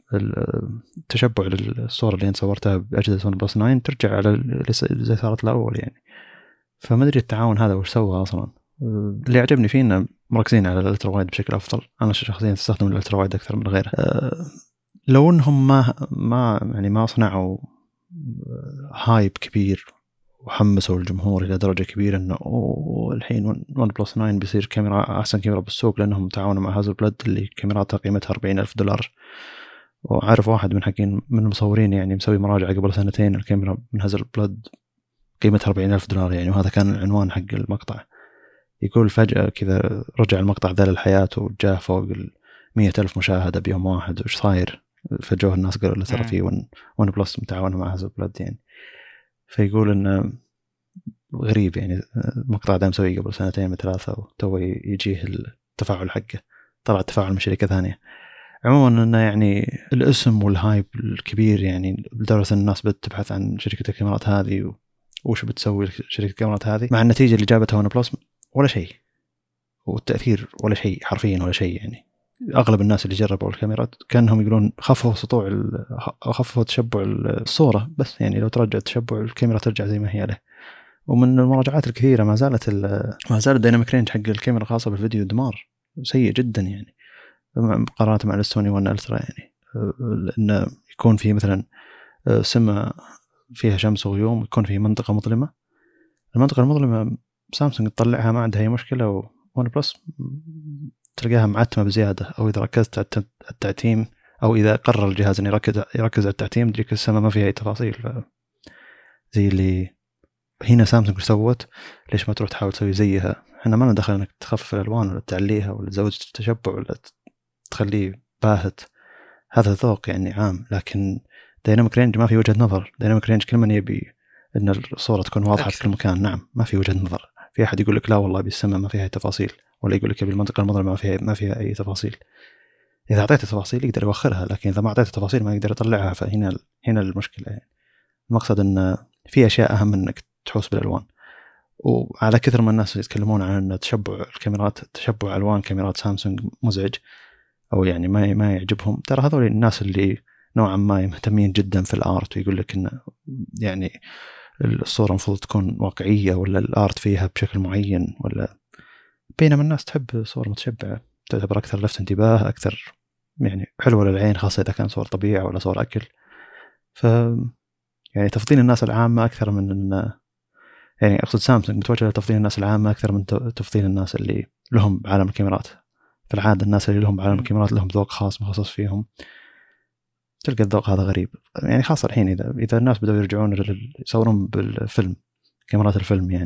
Speaker 1: التشبع للصورة اللي انت صورتها بأجهزة ون بلس تسعة ترجع على اللي زي صارت الأول يعني. فما أدري التعاون هذا وش سوى أصلا. اللي عجبني فيه إنه مركزين على الألترا وايد بشكل أفضل. أنا شخصيا استخدم الألترا وايد أكثر من غيره. أه لو إنهم ما ما يعني ما صنعوا هايب كبير وحمسوا الجمهور إلى درجة كبيرة إنه أوه الحين ون بلس تسعة بيصير كاميرا أحسن كاميرا بالسوق لأنهم تعاونوا مع هازلبلد اللي كاميراتها قيمتها أربعين ألف دولار. وعارف واحد من حقين من المصورين يعني مسوي مراجعة قبل سنتين الكاميرا من هازلبلد قيمتها أربعين ألف دولار يعني، وهذا كان العنوان حق المقطع. يقول فجأة كذا رجع المقطع ذا للحياة وجاء فوق المية ألف مشاهدة بيوم واحد، وش صاير؟ فجوه الناس قالوا له ترى في ون, ون بلس متعاونة مع هازلبلد يعني. فيقول إنه غريب يعني المقطع ده مسويه قبل سنتين من ثلاثة وتو يجيه التفاعل حقه، طلع التفاعل من شركة ثانية. عموما انه يعني الاسم والهايب الكبير يعني لدرجه ان الناس بتبحث عن شركه الكاميرات هذه وش بتسوي شركه الكاميرات هذه، مع النتيجه اللي جابتها ون بلس ولا شيء، والتاثير ولا شيء حرفيا ولا شيء. يعني اغلب الناس اللي جربوا الكاميرات كانهم يقولون خففوا سطوع خففوا تشبع الصوره، بس يعني لو ترجع تشبع الكاميرا ترجع زي ما هي له. ومن المراجعات الكثيره ما زالت ما زال الديناميك رينج حق الكاميرا الخاصه بالفيديو دمار سيء جدا يعني مقارنة مع السوني ون ألترا. يعني لأن يكون فيه مثلا سماء فيها شمس وغيوم، يكون فيه منطقة مظلمة، المنطقة المظلمة سامسونج تطلعها ما عندها أي مشكلة، وون بلس تلقاها معتمة بزيادة. أو إذا ركزت على التعتيم أو إذا قرر الجهاز أن يركز يركز على التعتيم تجيك السماء ما فيها أي تفاصيل. زي اللي هنا سامسونج سوت، ليش ما تروح تحاول تسوي زيها؟ احنا ما ندخل انك تخفف الالوان ولا تعليها ولا تزود التشبع ولا تخليه باهت، هذا ذوق يعني عام. لكن دايناميك رينج ما في وجهة نظر. دايناميك رينج كل من يبي ان الصورة تكون واضحة في كل مكان. نعم ما في وجهة نظر. في احد يقول لك لا والله بالسماء ما فيها اي تفاصيل، ولا يقول لك بالمنطقة المظلمة ما فيها ما فيها اي تفاصيل. اذا اعطيته تفاصيل يقدر يوخرها، لكن اذا ما اعطيته تفاصيل ما يقدر يطلعها. فهنا هنا المشكلة يعني. المقصد ان في اشياء اهم من انك تحوس بالالوان. وعلى كثر ما الناس يتكلمون عن تشبع الكاميرات، تشبع الوان كاميرات سامسونج مزعج او يعني ما ما يعجبهم، ترى هذول الناس اللي نوعا ما مهتمين جدا في الارت ويقول لك ان يعني الصوره المفروض تكون واقعيه ولا الارت فيها بشكل معين، ولا بينما الناس تحب صور متشبعه تعتبر اكثر لفت انتباه، اكثر يعني حلوه للعين، خاصه اذا كان صور طبيعه ولا صور اكل. ف يعني تفضيل الناس العامه اكثر من ان يعني اقصد سامسونج متوجه لتفضيل الناس العامه اكثر من تفضيل الناس اللي لهم بعالم الكاميرات. في العاده الناس اللي لهم بعالم الكاميرات لهم ذوق خاص مخصص فيهم، تلقى الذوق هذا غريب يعني. خاصه الحين اذا اذا الناس بدأوا يرجعون يصورون بالفيلم كاميرات الفيلم، يعني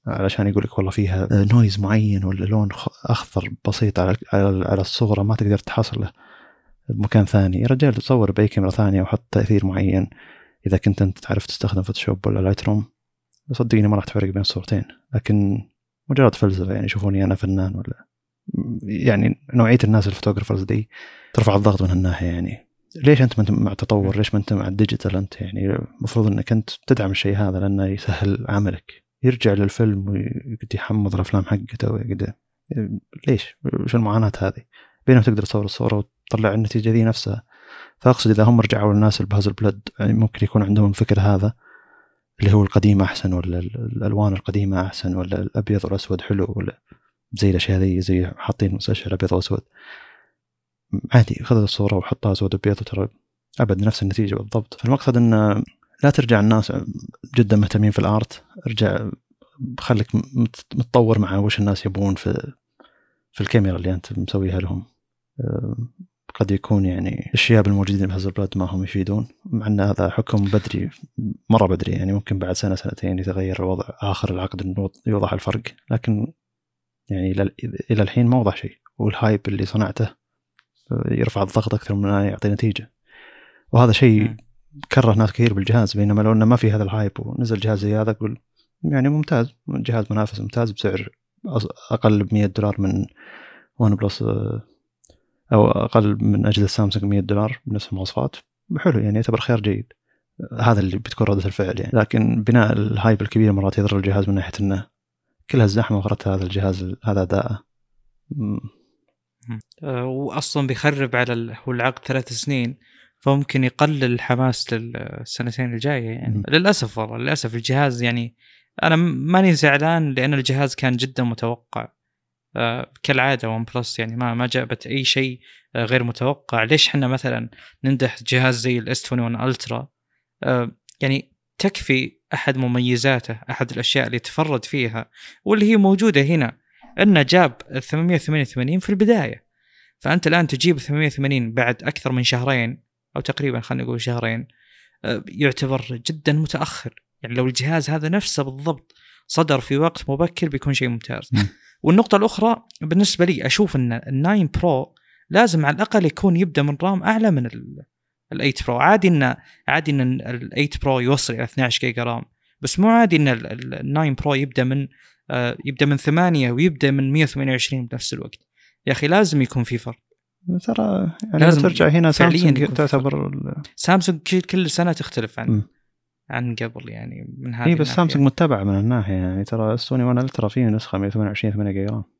Speaker 1: علشان يقول لك والله فيها نويز معين ولا لون أخضر بسيط على على الصورة ما تقدر تحصله بمكان ثاني. يا رجال تصور بأي كاميرا ثانية وحط تأثير معين إذا كنت أنت تعرف تستخدم فوتوشوب ولا لايت روم، صدقني ما راح تفرق بين الصورتين. لكن مجرد فلسفة يعني، شوفوني أنا فنان ولا يعني نوعية الناس الفوتوغرافرز دي ترفع الضغط من هالناحية. يعني ليش أنت ما أنت مع التطور؟ ليش ما أنت مع الديجيتال؟ أنت يعني المفروض أنك أنت تدعم الشيء هذا لأنه يسهل عملك. يرجع للفيلم ويقعد يحمض الأفلام حقته ويقعد، ليش؟ شو المعاناة هذه؟ بينما تقدر تصور الصورة وتطلع النتيجة ذي نفسها. فأقصد إذا هم رجعوا للناس البازل بلد يعني ممكن يكون عندهم الفكر هذا اللي هو القديم أحسن ولا الألوان القديمة أحسن ولا الأبيض والأسود حلو ولا زي الأشياء ذي، زي حاطين مستشعر أبيض وأسود. عادي خذ الصورة وحطها أسود وأبيض وترى أبد نفس النتيجة بالضبط. فالمقصد أن لا ترجع الناس جدا مهتمين في الآرت، ارجع خليك متطور مع وش الناس يبون في في الكاميرا اللي أنت مسويها لهم. قد يكون يعني الشياب الموجودين بهذا البلد ما هم يفيدون، مع أن هذا حكم بدري مرة بدري يعني ممكن بعد سنة سنتين يتغير الوضع آخر العقد يوضح الفرق. لكن يعني إلى الحين ما وضح شيء، والهايب اللي صنعته يرفع الضغط أكثر من أن يعطي نتيجة. وهذا شيء كره ناس كثير بالجهاز، بينما لو أنه ما في هذا الهايب ونزل جهاز زي هذا أقول يعني ممتاز، جهاز منافس ممتاز بسعر أقل بمية دولار من ون بلس أو أقل من أجهزة سامسونج مية دولار بنفس المواصفات، حلو يعني يعتبر خيار جيد. هذا اللي بتكون ردة الفعل يعني. لكن بناء الهايب الكبير مرات يضر الجهاز من ناحية أنه كل هالزحمة وخرت هذا الجهاز هذا أداءه.
Speaker 2: وأصلا بيخرب على هو العقد ثلاث سنين، فممكن يقلل الحماس للسنتين الجاية يعني. م. للأسف والله للأسف الجهاز يعني أنا ماني زعلان لأن الجهاز كان جدا متوقع آه كالعادة. ون بلس يعني ما ما جابت أي شيء آه غير متوقع. ليش حنا مثلا نمدح جهاز زي الاس واحد وعشرين ألترا؟ آه يعني تكفي أحد مميزاته، أحد الأشياء اللي تفرد فيها واللي هي موجودة هنا، أنه جاب ثمانمية وثمانية وثمانين في البداية. فأنت الآن تجيب ثمانمية وثمانين بعد أكثر من شهرين أو تقريبا خلينا نقول شهرين، يعتبر جدا متأخر. يعني لو الجهاز هذا نفسه بالضبط صدر في وقت مبكر بيكون شيء ممتاز. والنقطة الأخرى بالنسبة لي أشوف أن الناين برو لازم على الأقل يكون يبدأ من رام أعلى من الثمانية برو. عادي أن عادي أن الثمانية برو يوصل إلى اثني عشر جيجا رام، بس مو عادي أن الناين برو يبدأ من يبدأ من ثمانية ويبدأ من مية وثمانية وعشرين بنفس الوقت. يا أخي لازم يكون في فرق.
Speaker 1: ترى يعني لازم ترجع هنا سامسونج تعتبر
Speaker 2: سامسونج كل سنة تختلف عن م. عن قبل يعني من هذه.
Speaker 1: إيه بس سامسونج متبعة من الناحية يعني. ترى اس واحد وعشرين ألترا فيه نسخة مية وثمانية وعشرين ثمانية جيجا رام.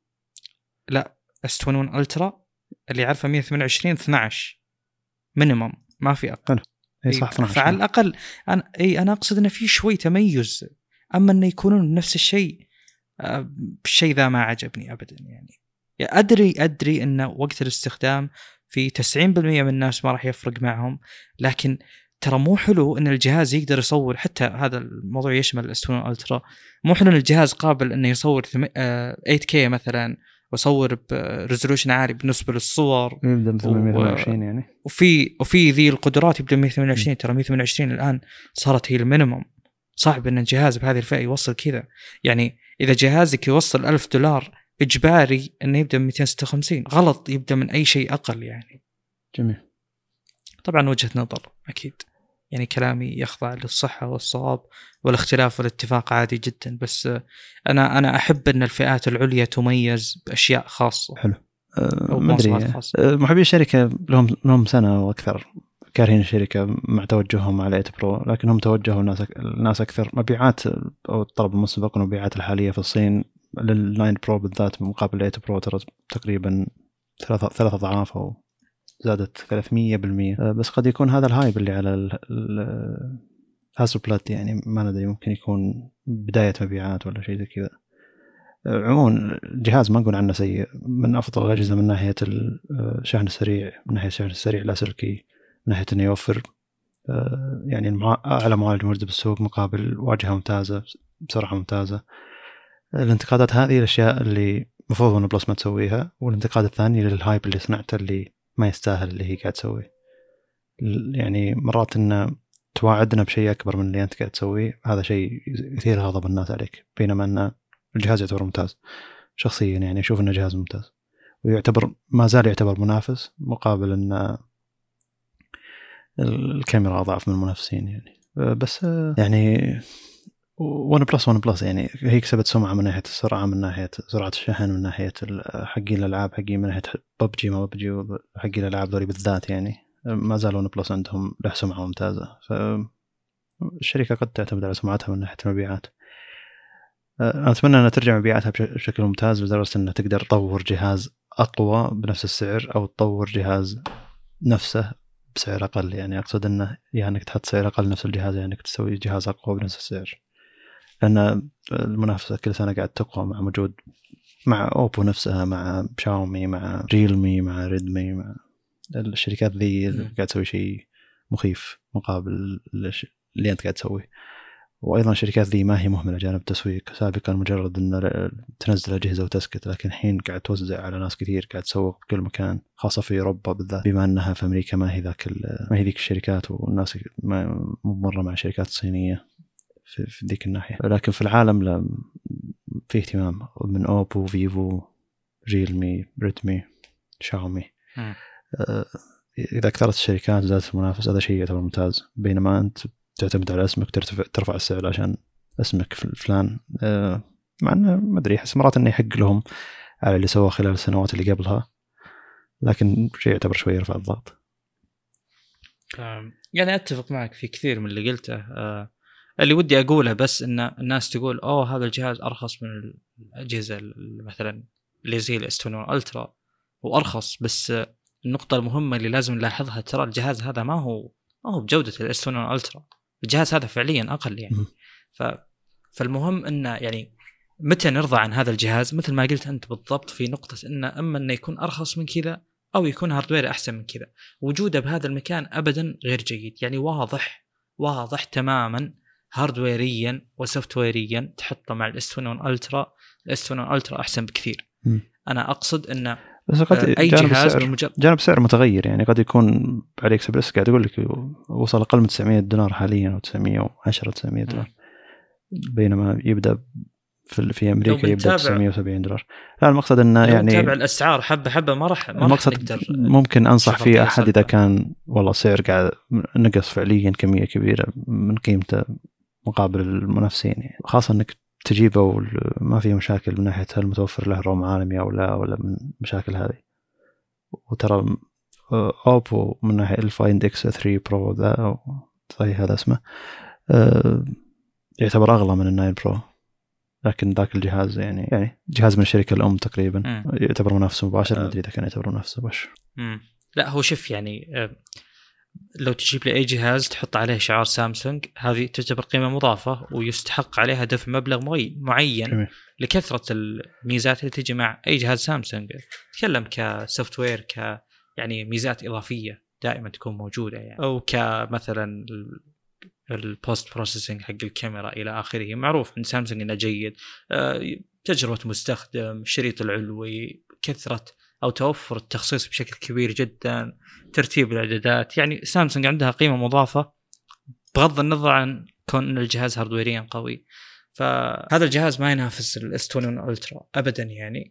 Speaker 2: لا اس واحد وعشرين ألترا اللي عارفه مية وثمانية وعشرين اثني عشر مينيمم، ما في أقل.
Speaker 1: إيه صح اثني عشر.
Speaker 2: فعلى الأقل أنا إيه أنا أقصد إنه في شوي تميز. أما إنه يكونون نفس الشيء آه الشيء ذا ما عجبني أبدا يعني. أدري أدري إن وقت الاستخدام في تسعين بالمية من الناس ما راح يفرق معهم، لكن ترى مو حلو إن الجهاز يقدر يصور. حتى هذا الموضوع يشمل الاس واحد وعشرين ألترا. مو حلو إن الجهاز قابل إنه يصور ثمانية كي مثلا ويصور بريزولوشن عالي بالنسبة للصور،
Speaker 1: يبدأ ب ثمانمية وثمانية وعشرين و... يعني.
Speaker 2: وفي وفي ذي القدرات يبدأ مية وثمانية وعشرين. ترى مية وثمانية وعشرين الآن صارت هي المينيمم. صعب إن الجهاز بهذه الفئة يوصل كذا يعني. إذا جهازك يوصل ألف دولار إجباري إنه يبدأ من مئتين وستة وخمسين. غلط يبدأ من أي شيء أقل يعني.
Speaker 1: جميل.
Speaker 2: طبعا وجهة نظر أكيد يعني، كلامي يخضع للصحة والصواب والاختلاف والاتفاق عادي جدا، بس أنا أنا أحب أن الفئات العليا تميز بأشياء خاصة.
Speaker 1: حلو. أه ما أدري أه محبي الشركة لهم لهم سنة وأكثر كارهين الشركة مع توجههم على ثمانية برو، لكنهم توجهوا الناس الناس أكثر. مبيعات أو الطلب المسبق والمبيعات الحالية في الصين للناين برو بالذات مقابل ثمانية برو ترى تقريبا ثلاثة ثلاثة أضعاف أو زادت ثلاثمية بالمية. بس قد يكون هذا الهايب اللي على الهاسلبلاد يعني ما ندري، ممكن يكون بداية مبيعات ولا شيء زي كذا. عموما الجهاز ما نقول عنه سيء، من أفضل الأجهزة من ناحية الشحن السريع، من ناحية الشحن السريع لاسلكي، من ناحية إنه يوفر يعني أعلى معالج موجود بالسوق مقابل واجهة ممتازة بسرعة ممتازة. الانتقادات هذه الأشياء اللي مفروض ون بلس ما تسويها، والانتقاد الثاني للهايب اللي صنعته اللي ما يستاهل اللي هي قاعد تسويه. يعني مرات إن توعدنا بشيء أكبر من اللي أنت قاعد تسويه، هذا شيء يثير غضب الناس عليك، بينما أن الجهاز يعتبر ممتاز شخصيا، يعني أشوف إنه جهاز ممتاز، ويعتبر ما زال يعتبر منافس، مقابل إن الكاميرا أضعف من المنافسين يعني. بس يعني ون بلس ون بلس يعني هي كسبت سمعة من ناحية السرعة، من ناحية سرعة الشحن، من ناحية حقين الألعاب، حقين من ناحية ببجي ما ببجي حقين الألعاب ذولي بالذات، يعني ما زال ون بلس عندهم له سمعة ممتازة. فالشركة قد تعتمد على سمعتها من ناحية المبيعات. أنا أتمنى أنها ترجع مبيعاتها بشكل ممتاز، لدرجة أنها تقدر تطور جهاز أقوى بنفس السعر، أو تطور جهاز نفسه بسعر أقل. يعني أقصد أنه يعني أنك تحط سعر أقل نفس الجهاز، يعني أنك تسوي جهاز أقوى بنفس السعر، لأن المنافسة كل سنة قاعد تقوى مع موجود مع أوبو نفسها، مع شاومي، مع ريلمي، مع ريدمي، مع الشركات ذي قاعد تسوي شيء مخيف مقابل اللي أنت قاعد تسويه. وأيضا الشركات ذي ما هي مهملة جانب التسويق. سابقا مجرد أن تنزل أجهزة وتسكت، لكن الحين قاعد توزع على ناس كثير، قاعد تسوق بكل مكان، خاصة في أوروبا بالذات، بما أنها في أمريكا ما هي ذاك ما هي ذيك الشركات، والناس مو مرة مع الشركات الصينية في, في ذيك الناحية. لكن في العالم لا، في اهتمام من أوبو، فيفو، ريلمي، ريدمي، شاومي. آه إذا كثرت الشركات زادت المنافسة، هذا شيء يعتبر ممتاز. بينما أنت تعتمد على اسمك، ترتفع ترفع السعر عشان اسمك فلان، آه مع أنه ما أدري، أحس مرات أنه يحق لهم على اللي سواه خلال السنوات اللي قبلها، لكن شيء يعتبر شوي يرفع الضغط.
Speaker 2: يعني أتفق معك في كثير من اللي قلته. آه اللي ودي أقوله بس إن الناس تقول أوه هذا الجهاز أرخص من الأجهزة مثلا اللي زي الاستونون ألترا، وأرخص، بس النقطة المهمة اللي لازم نلاحظها، ترى الجهاز هذا ما هو ما هو بجودة الاستونون ألترا، الجهاز هذا فعليا أقل يعني. ف فالمهم إنه يعني متى نرضى عن هذا الجهاز، مثل ما قلت أنت بالضبط، في نقطة إنه أما إنه يكون أرخص من كذا أو يكون هاردوير أحسن من كذا، وجوده بهذا المكان أبدا غير جيد. يعني واضح واضح تماما هاردويريا وسوفتويريا، تحطه مع الاستونون ألترا، الاستونون ألترا أحسن بكثير. م. أنا أقصد إنه
Speaker 1: أي جانب جهاز السعر بمجرد... جانب سعر متغير، يعني قد يكون على إكسبرس قاعد أقول لك وصل أقل من تسعمية دولار حاليا، أو تسعمية وعشرة تسعمية دولار، بينما يبدأ في في أمريكا يبدأ تسعمية وسبعين دولار. لا المقصد إنه يعني
Speaker 2: نتابع الأسعار حبة حبة، ما راح ما راح نقدر.
Speaker 1: ممكن أنصح فيه أحد إذا كان والله سعر قاعد نقص فعليا كمية كبيرة من قيمته مقابل المنافسين، يعني خاصة إنك تجيبه وما فيه مشاكل من ناحية هل متوفر له روم عالمي أو لا، ولا من مشاكل هذه. وترى أوبو من ناحية الفايند إكس ثري برو ذا صحيح هذا اسمه، يعتبر أغلى من الناين برو، لكن ذاك الجهاز يعني يعني جهاز من الشركة الأم تقريبا، م. يعتبر منافس مباشر. ما أدري إذا كان يعتبر منافس مباشر.
Speaker 2: لا هو شوف يعني لو تجيب لي أي جهاز تحط عليه شعار سامسونج، هذه تعتبر قيمة مضافة ويستحق عليها دفع مبلغ معين جميل. لكثرة الميزات اللي تجي مع أي جهاز سامسونج. تكلم كسوفت وير، ك يعني ميزات إضافية دائما تكون موجودة يعني، أو كمثلا البوست بروسيسنج حق الكاميرا إلى آخره. معروف عند سامسونج إنه جيد، تجربة مستخدم، الشريط العلوي، كثرة أو توفر التخصيص بشكل كبير جدا، ترتيب الإعدادات. يعني سامسونج عندها قيمة مضافة بغض النظر عن كون الجهاز هاردويريا قوي. فهذا الجهاز ما ينافس الاستونون ألترا أبدا يعني،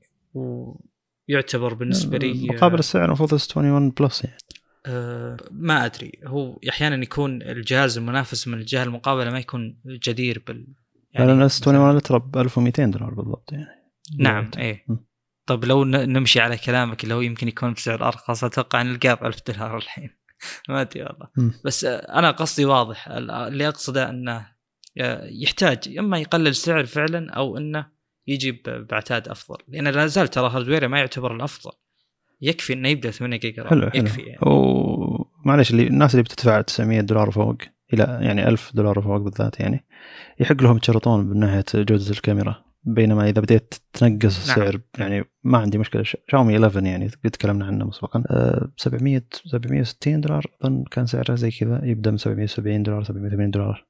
Speaker 2: ويعتبر بالنسبة لي
Speaker 1: مقابل السعر المفروض إس واحد وعشرين بلس يعني.
Speaker 2: أه ما أدري، هو أحيانا يكون الجهاز المنافس من الجهة المقابلة ما يكون جدير بال
Speaker 1: يعني لا إس واحد وعشرين ألترا ب ألف ومئتين دولار بالضبط يعني.
Speaker 2: نعم إيه. طب لو نمشي على كلامك اللي هو يمكن يكون بسعر أرخص، أتوقع أن نلقاه بألف دولار الحين. ما أدري والله. م. بس أنا قصدي واضح، اللي أقصده أنه يحتاج إما يقلل سعر فعلا، أو أنه يجيب بعتاد أفضل، لأن لا زال ترى هاردوير ما يعتبر الأفضل، يكفي إنه يبدأ ثمانية جيجا رام يكفي يعني.
Speaker 1: ومعلش اللي الناس اللي بتدفع تسعمية دولار فوق إلى يعني ألف دولار فوق بالذات، يعني يحق لهم يتشرطون من ناحية جودة الكاميرا. بينما إذا بديت تنقص السعر، نعم. يعني ما عندي مشكلة. شاومي إحدى عشر يعني تكلمنا عنه مسبقا، أه سبعمية سبعمية وستين دولار أظن كان سعره زي كذا، يبدأ من سبعمية وسبعين دولار سبعمية وثمانين دولار.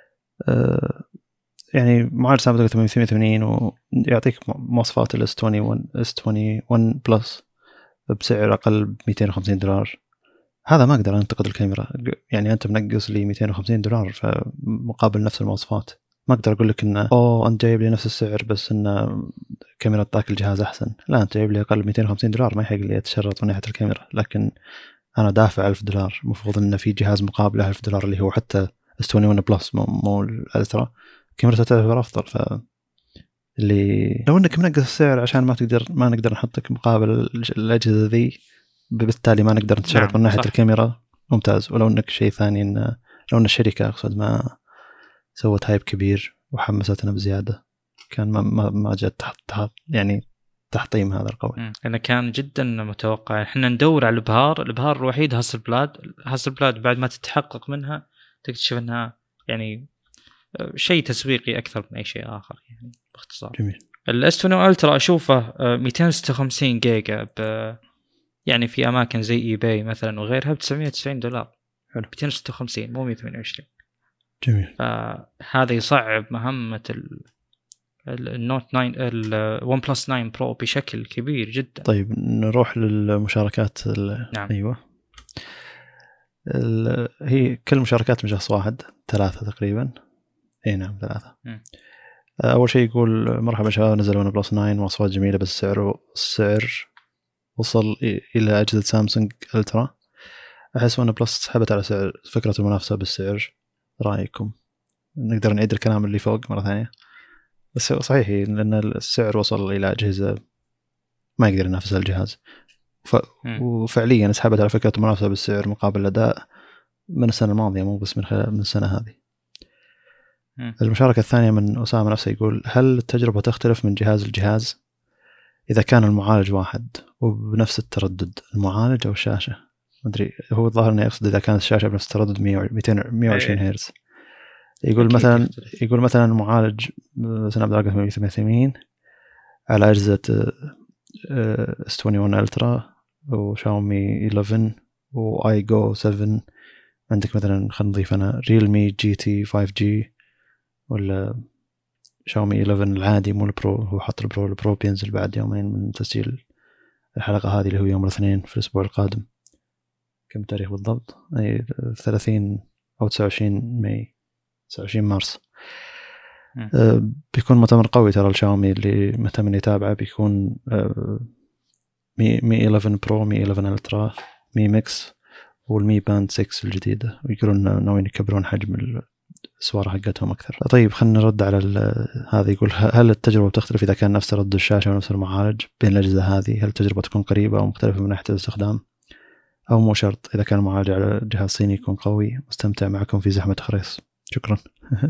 Speaker 1: أه يعني معالج سناب ثمانمية وثمانين ويعطيك مواصفات ال إس واحد وعشرين بلس بسعر أقل ب مئتين وخمسين دولار. هذا ما أقدر أنتقد الكاميرا، يعني أنت منقص لي مئتين وخمسين دولار فمقابل نفس المواصفات ما أقدر أقول لك إنه أوه أنت جايب لي نفس السعر بس إنه كاميرا ذاك الجهاز أحسن. لا، أنت جايب لي أقل مئتين وخمسين دولار، ما يحق لي أتشرط من ناحية الكاميرا، لكن أنا دافع ألف دولار، مفروض إنه في جهاز مقابله ألف دولار اللي هو حتى إس واحد وعشرين بلس مو, مو الألترا كاميرا تعتبر أفضل. ف اللي لو إنك منقص السعر عشان ما تقدر ما نقدر نحطك مقابل الأجهزة ذي، بالتالي ما نقدر نتشرط
Speaker 2: نعم
Speaker 1: من ناحية
Speaker 2: صح.
Speaker 1: الكاميرا، ممتاز. ولو إنك شيء ثاني، إن لو إن الشركة أقصد ما سوت هايب كبير وحمستنا بزيادة، كان ما ما, ما جت تحت, تحت يعني تحطيم هذا القوي.
Speaker 2: أنا كان جدا متوقع إحنا ندور على الإبهار الإبهار الوحيد هاسلبلاد هاسلبلاد بعد ما تتحقق منها تكتشف أنها يعني شيء تسويقي أكثر من أي شيء آخر يعني باختصار.
Speaker 1: جميل.
Speaker 2: الإس واحد ألترا أشوفه مئتين وستة وخمسين جيجا ب يعني في أماكن زي إي باي مثلا وغيرها بتسعمية وتسعين دولار.
Speaker 1: حلو.
Speaker 2: مئتين وستة وخمسين مو مئة وثمانية وعشرين.
Speaker 1: جميل.
Speaker 2: فهذا يصعب مهمة ال النوت تسعة الون بلس تسعة برو بشكل كبير جدا.
Speaker 1: طيب نروح للمشاركات.
Speaker 2: نعم.
Speaker 1: أيوة، هي كل مشاركات من شخص واحد، ثلاثة تقريبا. اي نعم ثلاثة. م. أول شيء يقول مرحبا شباب، نزل ون بلس تسعة مواصفات جميلة بس السعر السعر وصل إلى أجهزة سامسونج ألترا. أحس ون بلس سحبت على سعر فكرة المنافسة بالسعر. رأيكم؟ نقدر نعيد الكلام اللي فوق مرة ثانية؟ بس صحيح لأن السعر وصل إلى أجهزة ما يقدر ينافس الجهاز، ف... وفعليا سحبت على فكرة المنافسة بالسعر مقابل الأداء من السنة الماضية، مو بس من خلال من السنة هذه. م. المشاركة الثانية من أسامة نفسه يقول هل التجربة تختلف من جهاز لجهاز إذا كان المعالج واحد وبنفس التردد، المعالج أو الشاشة؟ ما أدري، هو الظاهر إنه يقصد إذا كانت الشاشة بنفس التردد مئة وعشرين هرتز. يقول مثلا يقول مثلا المعالج سناب دراجون ثمانمية وثمانين على أجهزة إس واحد وعشرين ألترا وشاومي إحدى عشر وآي جو سبعة. عندك مثلا خلينا نضيف أنا ريلمي جي تي خمسة جي ولا شاومي إحدى عشر العادي مو البرو، هو حط البرو البرو بينزل بعد يومين من تسجيل الحلقة هذه اللي هو يوم الاثنين في الأسبوع القادم. كم تاريخ بالضبط؟ أي ثلاثين أو تسعة وعشرين ماي تسعة وعشرين مارس. أه بيكون مؤتمر قوي ترى الشاومي اللي مهتم يتابعه. بيكون أه مي مي إحدى عشر برو، مي إحدى عشر الترا، مي ميكس والمي باند ستة الجديدة، ويقولون ناويين يكبرون حجم السوارة حقتهم أكثر. طيب خلينا نرد على هذا. يقول هل التجربة تختلف إذا كان نفس تردد الشاشة ونفس المعالج بين الأجهزة هذه؟ هل التجربة تكون قريبة أو مختلفة من ناحية الاستخدام أو مو شرط؟ إذا كان المعالج على جهاز صيني يكون قوي. مستمتع معكم في زحمة خريص. شكرا.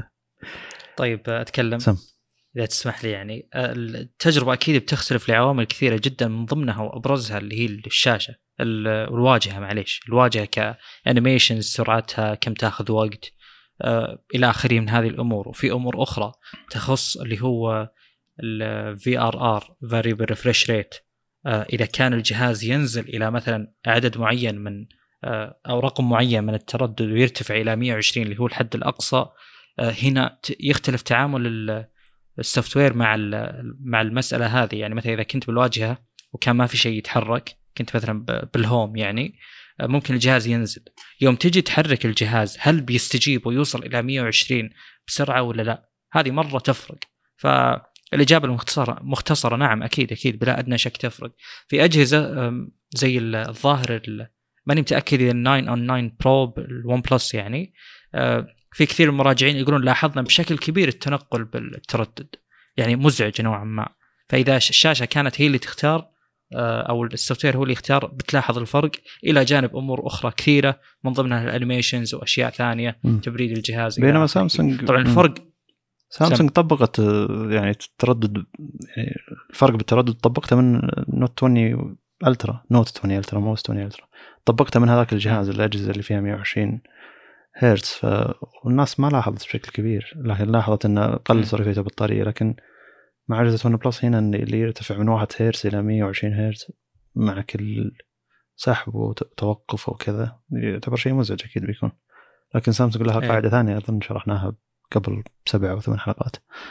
Speaker 2: طيب أتكلم
Speaker 1: سم.
Speaker 2: إذا تسمح لي. يعني التجربة أكيد بتختلف لعوامل كثيرة جدا، من ضمنها وأبرزها اللي هي الشاشة الواجهة. معليش الواجهة كأنيميشن، سرعتها، كم تأخذ وقت آه، إلى آخره من هذه الأمور. وفي أمور أخرى تخص اللي هو ال في آر آر Variable Refresh Rate. آه، إذا كان الجهاز ينزل إلى مثلا عدد معين من آه، أو رقم معين من التردد ويرتفع إلى مئة وعشرين اللي هو الحد الأقصى، آه، هنا يختلف تعامل السوفتوير مع مع المسألة هذه. يعني مثلا إذا كنت بالواجهة وكان ما في شيء يتحرك، كنت مثلا بالهوم يعني ممكن الجهاز ينزل. يوم تجي تحرك الجهاز هل بيستجيب ويوصل إلى مئة وعشرين بسرعة ولا لا؟ هذه مرة تفرق. فالإجابة المختصرة مختصرة نعم أكيد أكيد بلا أدنى شك تفرق. في أجهزة زي الظاهر ماني متأكد إذا ناين أون ناين برو الون بلس، يعني في كثير من المراجعين يقولون لاحظنا بشكل كبير التنقل بالتردد، يعني مزعج نوعا ما. فإذا الشاشة كانت هي اللي تختار أو السوفتوير هو اللي يختار بتلاحظ الفرق، إلى جانب أمور أخرى كثيرة من ضمنها الأنيميشنز وأشياء ثانية، م. تبريد الجهاز.
Speaker 1: بينما سامسونج
Speaker 2: طبعا الفرق
Speaker 1: سامسونج طبقت يعني التردد، يعني الفرق بالتردد طبقته من نوت عشرين ألترا نوت عشرين ألترا مو عشرين ألترا، طبقته من هذاك الجهاز الأجهزة اللي فيها مئة وعشرين هرتز. فالناس ما لاحظت بشكل كبير، لكن لاحظت أنه قل صرفيته بالطريقة. لكن مع أجهزة ون بلس هنا اللي يرتفع من واحد هرتز إلى مئة وعشرين هرتز مع كل سحب وتوقف وكذا يعتبر شيء مزعج أكيد بيكون. لكن سامسونج لها قاعدة ثانية أظن شرحناها قبل سبع أو ثمان حلقات.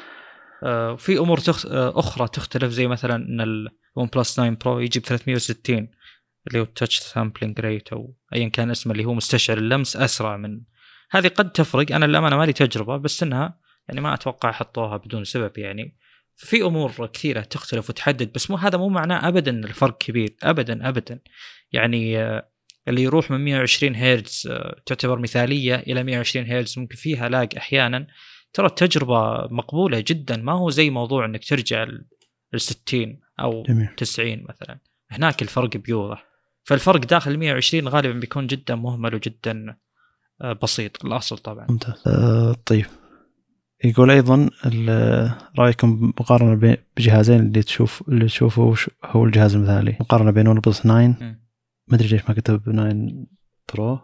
Speaker 2: آه في أمور تخ... آه أخرى تختلف، زي مثلا أن الون بلس تسعة برو يجيب ثلاثمئة وستين اللي هو التاتش سامبلينج ريت أو أيا كان اسمه، اللي هو مستشعر اللمس أسرع من هذه. قد تفرق. أنا للأمانة ما لي تجربة، بس إنها يعني ما اتوقع حطوها بدون سبب يعني. في امور كثيره تختلف وتحدد، بس مو هذا مو معناه ابدا الفرق كبير ابدا ابدا. يعني اللي يروح من مئة وعشرين هرتز تعتبر مثاليه الى مئة وعشرين هرتز ممكن فيها لاج احيانا، ترى التجربه مقبوله جدا، ما هو زي موضوع انك ترجع ل ستين او
Speaker 1: جميل.
Speaker 2: تسعين مثلا، هناك الفرق بيوضح. فالفرق داخل مئة وعشرين غالبا بيكون جدا مهمل وجدا بسيط الاصل طبعا.
Speaker 1: ممتاز. أه طيب، يقول ايضا رايكم مقارنه بجهازين اللي تشوف اللي تشوفه هو الجهاز المثالي، مقارنه بين ون بلس تسعة، ما ادري ليش ما كتب تسعة برو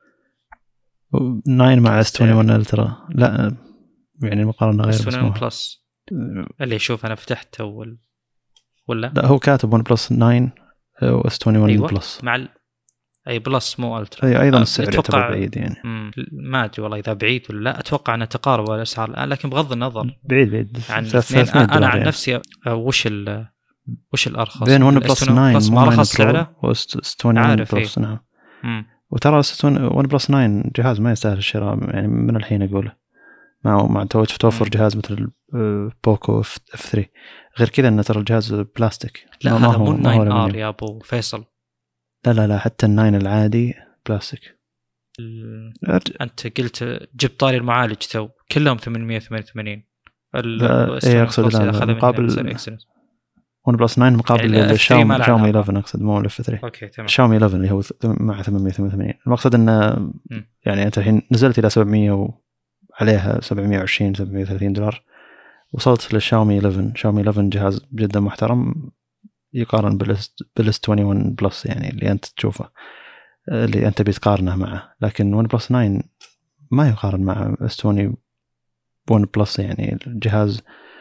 Speaker 1: تسعة مع اس واحد وعشرين الترا، لا يعني المقارنه غير مسموحه.
Speaker 2: بلس اللي شوف انا فتحته ولا ولا
Speaker 1: لا هو كاتب ون بلس تسعة واس واحد وعشرين
Speaker 2: أيوة.
Speaker 1: بلس
Speaker 2: مع ال... اي بلس مو الترا.
Speaker 1: اي ايضا السعر يعتبر بعيد يعني.
Speaker 2: ما ادري والله اذا بعيد ولا لا، اتوقع ان تقارب الاسعار الان، لكن بغض النظر
Speaker 1: بعيد بعيد
Speaker 2: عن الاثنين. انا عن يعني. نفسي وش ال وش الارخص
Speaker 1: بين ون بلس تسعة
Speaker 2: ما رخص سعره
Speaker 1: واس واحد وعشرين بلس. نعم. وترى ون بلس تسعة جهاز ما يستاهل الشراء يعني من الحين اقوله، مع مع توفر جهاز مثل بوكو اف ثلاثة. غير كذا ان ترى الجهاز بلاستيك.
Speaker 2: لا هذا مو تسعة ار يا ابو فيصل.
Speaker 1: لا لا لا حتى التسعة العادي بلاستيك.
Speaker 2: انت قلت جبت طاري المعالج تو كلهم ثمانمئة وثمانية وثمانين.
Speaker 1: ايه اقصد مقابل ون بلس تسعة مقابل
Speaker 2: يعني
Speaker 1: الشاومي شاومي إحدى عشر اقصد، مو الاف ثلاثة.
Speaker 2: اوكي تمام.
Speaker 1: شاومي إحدى عشر اللي هو مع ثمانمئة وثمانية وثمانين. المقصد انه م. يعني انت الحين نزلت الى سبعمئة وعليها سبعمئة وعشرين سبعمئة وثلاثين دولار، وصلت للشاومي إحدى عشر. شاومي إحدى عشر جهاز جدا محترم يقارن بالاس بالاس واحد وعشرين بلس يعني اللي انت تشوفه اللي انت بتقارنه معه، لكن ون بلس تسعة ما يقارن مع اس واحد وعشرين بلس. يعني الجهاز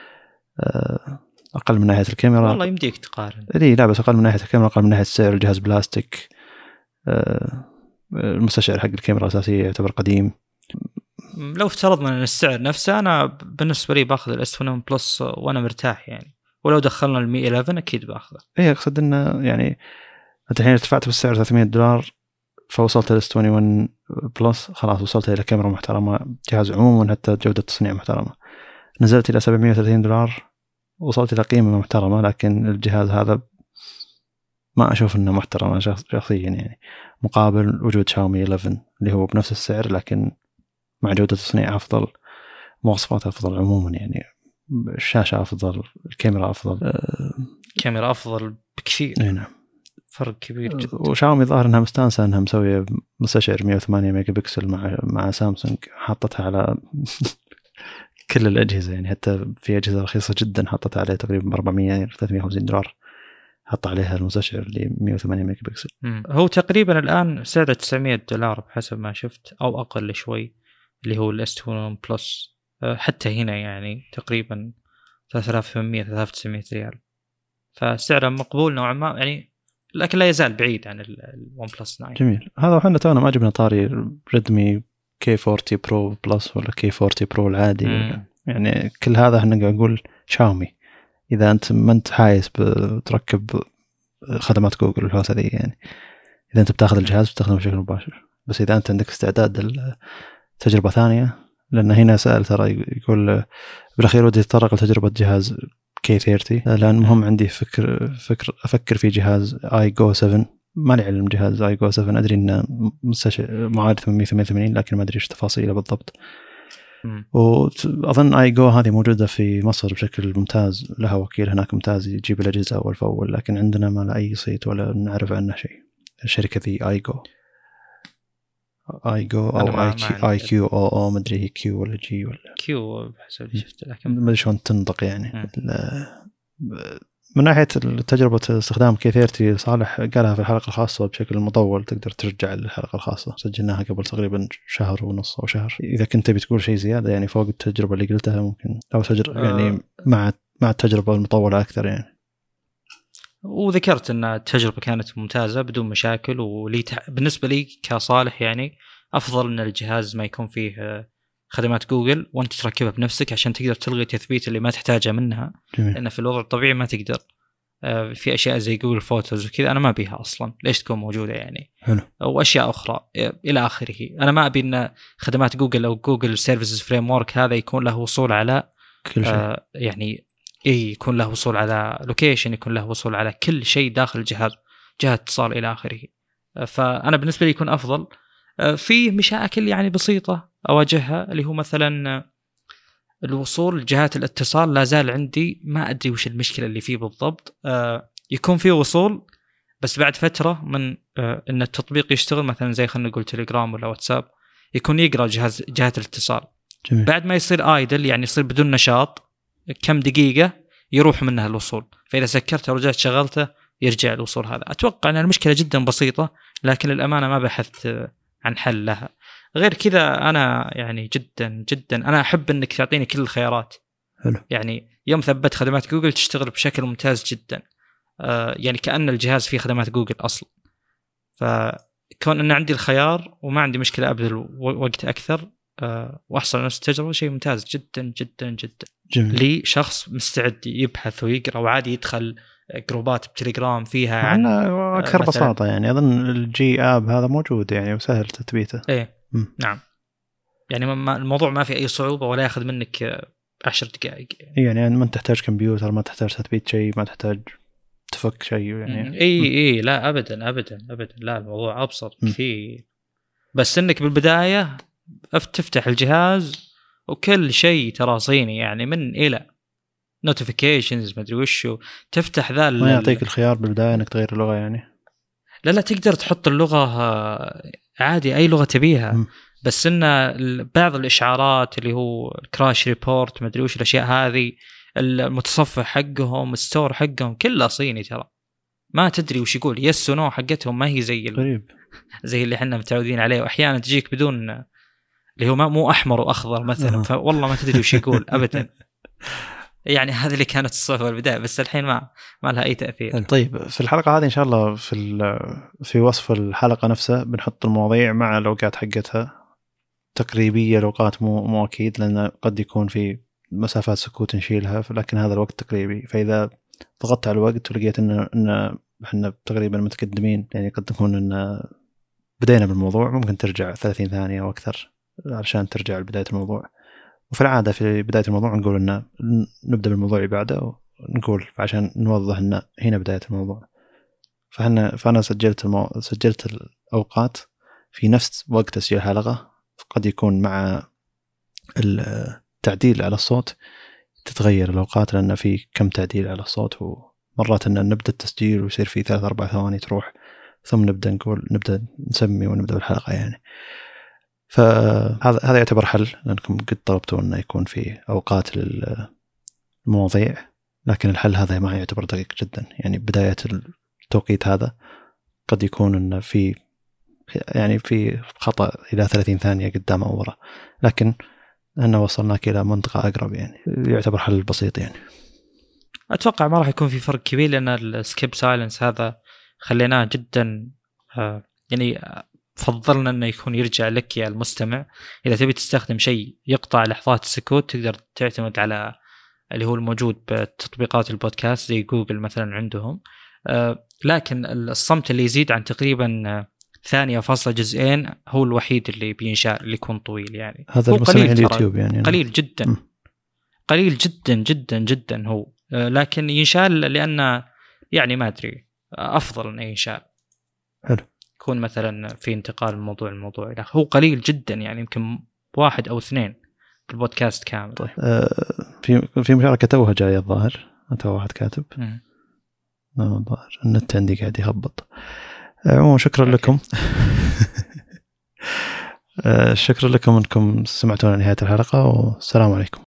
Speaker 1: اقل من ناحيه الكاميرا.
Speaker 2: والله يمديك تقارن.
Speaker 1: اي لا بس اقل من ناحيه الكاميرا، اقل من ناحيه السعر. الجهاز بلاستيك، المستشعر حق الكاميرا الاساسيه يعتبر قديم.
Speaker 2: لو افترضنا ان السعر نفسه، انا بالنسبه لي باخذ الاس واحد بلس وانا مرتاح يعني، ولو دخلنا المي إحدى عشر اكيد باخذه.
Speaker 1: اي اقصد انه يعني انت الحين ارتفعت بالسعر ثلاثمئة دولار فوصلت للاس واحد وعشرين بلس، خلاص وصلت الى كاميرا محترمه، جهاز عموما حتى جوده تصنيع محترمه. نزلت الى سبعمئة وثلاثين دولار وصلت الى قيمه محترمه، لكن الجهاز هذا ما اشوف انه محترم شخصيا يعني، مقابل وجود شاومي إحدى عشر اللي هو بنفس السعر لكن مع جوده تصنيع افضل، مواصفات افضل عموما يعني، الشاشه افضل، الكاميرا افضل.
Speaker 2: كاميرا افضل بكثير.
Speaker 1: نعم
Speaker 2: فرق كبير جدا.
Speaker 1: وشاومي ظاهر انها مستانسه انها مسويه مستشعر مئة وثمانية ميجا بكسل مع مع سامسونج، حطتها على كل الاجهزه يعني، حتى في اجهزه رخيصه جدا حطتها عليها تقريبا أربعمئة ثلاثمئة وخمسين دولار، حط عليها المستشعر اللي مئة وثمانية ميجا بكسل.
Speaker 2: مم. هو تقريبا الان سعره تسعمئة دولار بحسب ما شفت او اقل شوي، اللي هو الاس واحد بلس. حتى هنا يعني تقريبا ثلاثة آلاف وثمانمئة ثلاثة آلاف وتسعمئة ريال، فسعره مقبول نوعا ما يعني، لكن لا يزال بعيد عن الون بلس تسعة.
Speaker 1: جميل. هذا وحنا تونا ما جبنا طاري ريدمي كي أربعين برو بلس ولا كي أربعين برو العادي ولا. يعني كل هذا احنا قاعد نقول شاومي، اذا انت ما انت حايس بتركب خدمات جوجل والحوسه ذي يعني، اذا انت بتاخذ الجهاز بتستخدمه بشكل مباشر. بس اذا انت عندك استعداد لتجربه ثانيه، لان هنا سأل ترى يقول بالاخير ودي اتطرق لتجربه جهاز كي ثلاثين، لان مهم عندي فكر فكر افكر في جهاز اي جو سبعة. ما لي علم جهاز اي جو سبعة، ادري انه معالج ثمانمئة وثمانية وثمانين لكن ما ادري ايش تفاصيله بالضبط. واظن اي جو هذه موجوده في مصر بشكل ممتاز، لها وكيل هناك ممتاز يجيب الاجهزه اول فاول، لكن عندنا ما له اي صيت ولا نعرف عنه شيء. الشركه ذي اي جو اي جو او اي كيو اي كيو او او ما ادري هي كيو ولا جي ولا
Speaker 2: كيو بحسب اللي شفت، لكن
Speaker 1: ما ادري شلون تنطق يعني. من ناحيه تجربه استخدام كي ثلاثين صالح قالها في الحلقه الخاصه بشكل مطول، تقدر ترجع للحلقه الخاصه سجلناها قبل تقريبا شهر ونص او شهر. اذا كنت بتقول شيء زياده يعني فوق التجربه اللي قلتها ممكن، او تجربه آه يعني مع مع التجربه المطوله اكثر يعني.
Speaker 2: وذكرت ان التجربه كانت ممتازه بدون مشاكل، ولي تح... بالنسبه لي كصالح يعني افضل ان الجهاز ما يكون فيه خدمات جوجل وانت تركبها بنفسك عشان تقدر تلغي تثبيت اللي ما تحتاجه منها.
Speaker 1: جميل.
Speaker 2: لان في الوضع الطبيعي ما تقدر. في أشياء زي جوجل فوتوز وكذا أنا ما بيها أصلا، ليش تكون موجودة يعني؟
Speaker 1: حلو.
Speaker 2: وأشياء أخرى إلى آخره. أنا ما أبي أن خدمات جوجل أو جوجل سيرفيسز فريم ورك هذا يكون له وصول على
Speaker 1: كل شيء.
Speaker 2: آه يعني إيه، يكون له وصول على لوكيشن، يكون له وصول على كل شيء داخل الجهاز، جهة اتصال إلى آخره. فأنا بالنسبة لي يكون أفضل. في مشاكل يعني بسيطة أواجهها، اللي هو مثلا الوصول لجهات الاتصال لا زال عندي ما أدري وش المشكلة اللي فيه بالضبط. يكون فيه وصول بس بعد فترة من إن التطبيق يشتغل، مثلا زي خلنا نقول تليجرام ولا واتساب، يكون يقرأ جهاز جهات الاتصال. جميل. بعد ما يصير آيدل يعني يصير بدون نشاط كم دقيقة يروح منها الوصول، فإذا سكرته ورجعت شغلته يرجع الوصول. هذا أتوقع أن المشكلة جدا بسيطة، لكن للأمانة ما بحثت عن حل لها. غير كذا أنا يعني جدا جدا أنا أحب أنك تعطيني كل الخيارات.
Speaker 1: حلو.
Speaker 2: يعني يوم ثبت خدمات جوجل تشتغل بشكل ممتاز جدا، آه يعني كأن الجهاز فيه خدمات جوجل أصلا. فكون أن عندي الخيار وما عندي مشكلة أبذل وقت أكثر آه وأحصل على نفس التجربة، شيء ممتاز جدا جدا جدا.
Speaker 1: جميل.
Speaker 2: لي شخص مستعد يبحث ويقرأ وعادي يدخل جروبات بتليجرام فيها
Speaker 1: عن أكثر بساطة. يعني أظن الجي آب هذا موجود يعني وسهل تثبيته.
Speaker 2: إيه م. نعم، يعني ما الموضوع ما في أي صعوبة ولا يأخذ منك عشر دقائق يعني.
Speaker 1: يعني ما تحتاج كمبيوتر، ما تحتاج تثبيت شيء، ما تحتاج تفك شيء يعني.
Speaker 2: إيه إيه لا أبدا أبدا أبدا، لا الموضوع أبسط كثير. بس إنك بالبداية تفتح الجهاز وكل شيء ترى صيني يعني من إلى notifications ما أدري وشو، تفتح ذا
Speaker 1: ما يعطيك الخيار بالبداية إنك تغير اللغة يعني.
Speaker 2: لا لا تقدر تحط اللغة عادي أي لغة تبيها. م. بس إن بعض الإشعارات اللي هو كراش ريبورت ما أدري وش الأشياء هذه، المتصفح حقهم الستور حقهم كله صيني ترى، ما تدري وش يقول يس ونو حقتهم ما هي زي
Speaker 1: غريب
Speaker 2: زي اللي حنا متعودين عليه. وأحيانا تجيك بدون اللي هو مو أحمر وأخضر مثلا، فوالله ما تدري وش يقول أبدا. يعني هذه اللي كانت الصفة البداية، بس الحين ما ما لها أي تأثير.
Speaker 1: طيب في الحلقة هذه إن شاء الله في في وصف الحلقة نفسها بنحط المواضيع مع الأوقات حقتها تقريبية، الأوقات مو مو أكيد لأن قد يكون في مسافات سكوت نشيلها، لكن هذا الوقت تقريبي. فإذا ضغطت على الوقت ولقيت إن إن إحنا تقريبا متقدمين، يعني قد تكون إن بدينا بالموضوع، ممكن ترجع ثلاثين ثانية أو أكثر علشان ترجع لبداية الموضوع. وفي العادة في بداية الموضوع نقول إن نبدأ بالموضوع اللي بعده، ونقول عشان نوضح إن هنا بداية الموضوع. فأنا فأنا سجلت المو... سجلت الأوقات في نفس وقت تسجيل الحلقة. قد يكون مع التعديل على الصوت تتغير الأوقات، لأن في كم تعديل على الصوت، ومرات إن نبدأ التسجيل ويصير في ثلاث أربع ثواني تروح، ثم نبدأ نقول نبدأ نسمي ونبدأ بالحلقة يعني. فهذا هذا يعتبر حل، لأنكم قد طلبتوا أنه يكون في أوقات للمواضيع، لكن الحل هذا ما يعتبر دقيق جدا. يعني بداية التوقيت هذا قد يكون أنه في يعني في خطأ إلى ثلاثين ثانية قدام أو وراء، لكن أنه وصلناك إلى منطقة أقرب، يعني يعتبر حل بسيط. يعني
Speaker 2: أتوقع ما راح يكون في فرق كبير، لأن السكيب سايلنس هذا خليناه جدا آه يعني فضلنا أنه يكون يرجع لك يا المستمع. إذا تبي تستخدم شيء يقطع لحظات السكوت تقدر تعتمد على اللي هو الموجود بتطبيقات البودكاست زي جوجل مثلا عندهم. آه لكن الصمت اللي يزيد عن تقريبا ثانية فاصلة جزئين هو الوحيد اللي بينشاء اللي يكون طويل. يعني
Speaker 1: هذا المستمع اليوتيوب يعني
Speaker 2: قليل جدا م. قليل جدا جدا جدا هو آه لكن ينشال لأنه يعني ما أدري أفضل أن ينشال.
Speaker 1: حلو.
Speaker 2: يكون مثلا في انتقال من موضوع الموضوع إلى هو قليل جدا، يعني يمكن واحد أو اثنين في البودكاست كامل.
Speaker 1: طيب آه في في مشاركة توها جاية الظاهر، أنت واحد كاتب نعم الظاهر النت عندي قاعد يخبط. عموما شكرا أوكي. لكم شكرا لكم أنكم سمعتونا نهاية الحلقة، والسلام عليكم.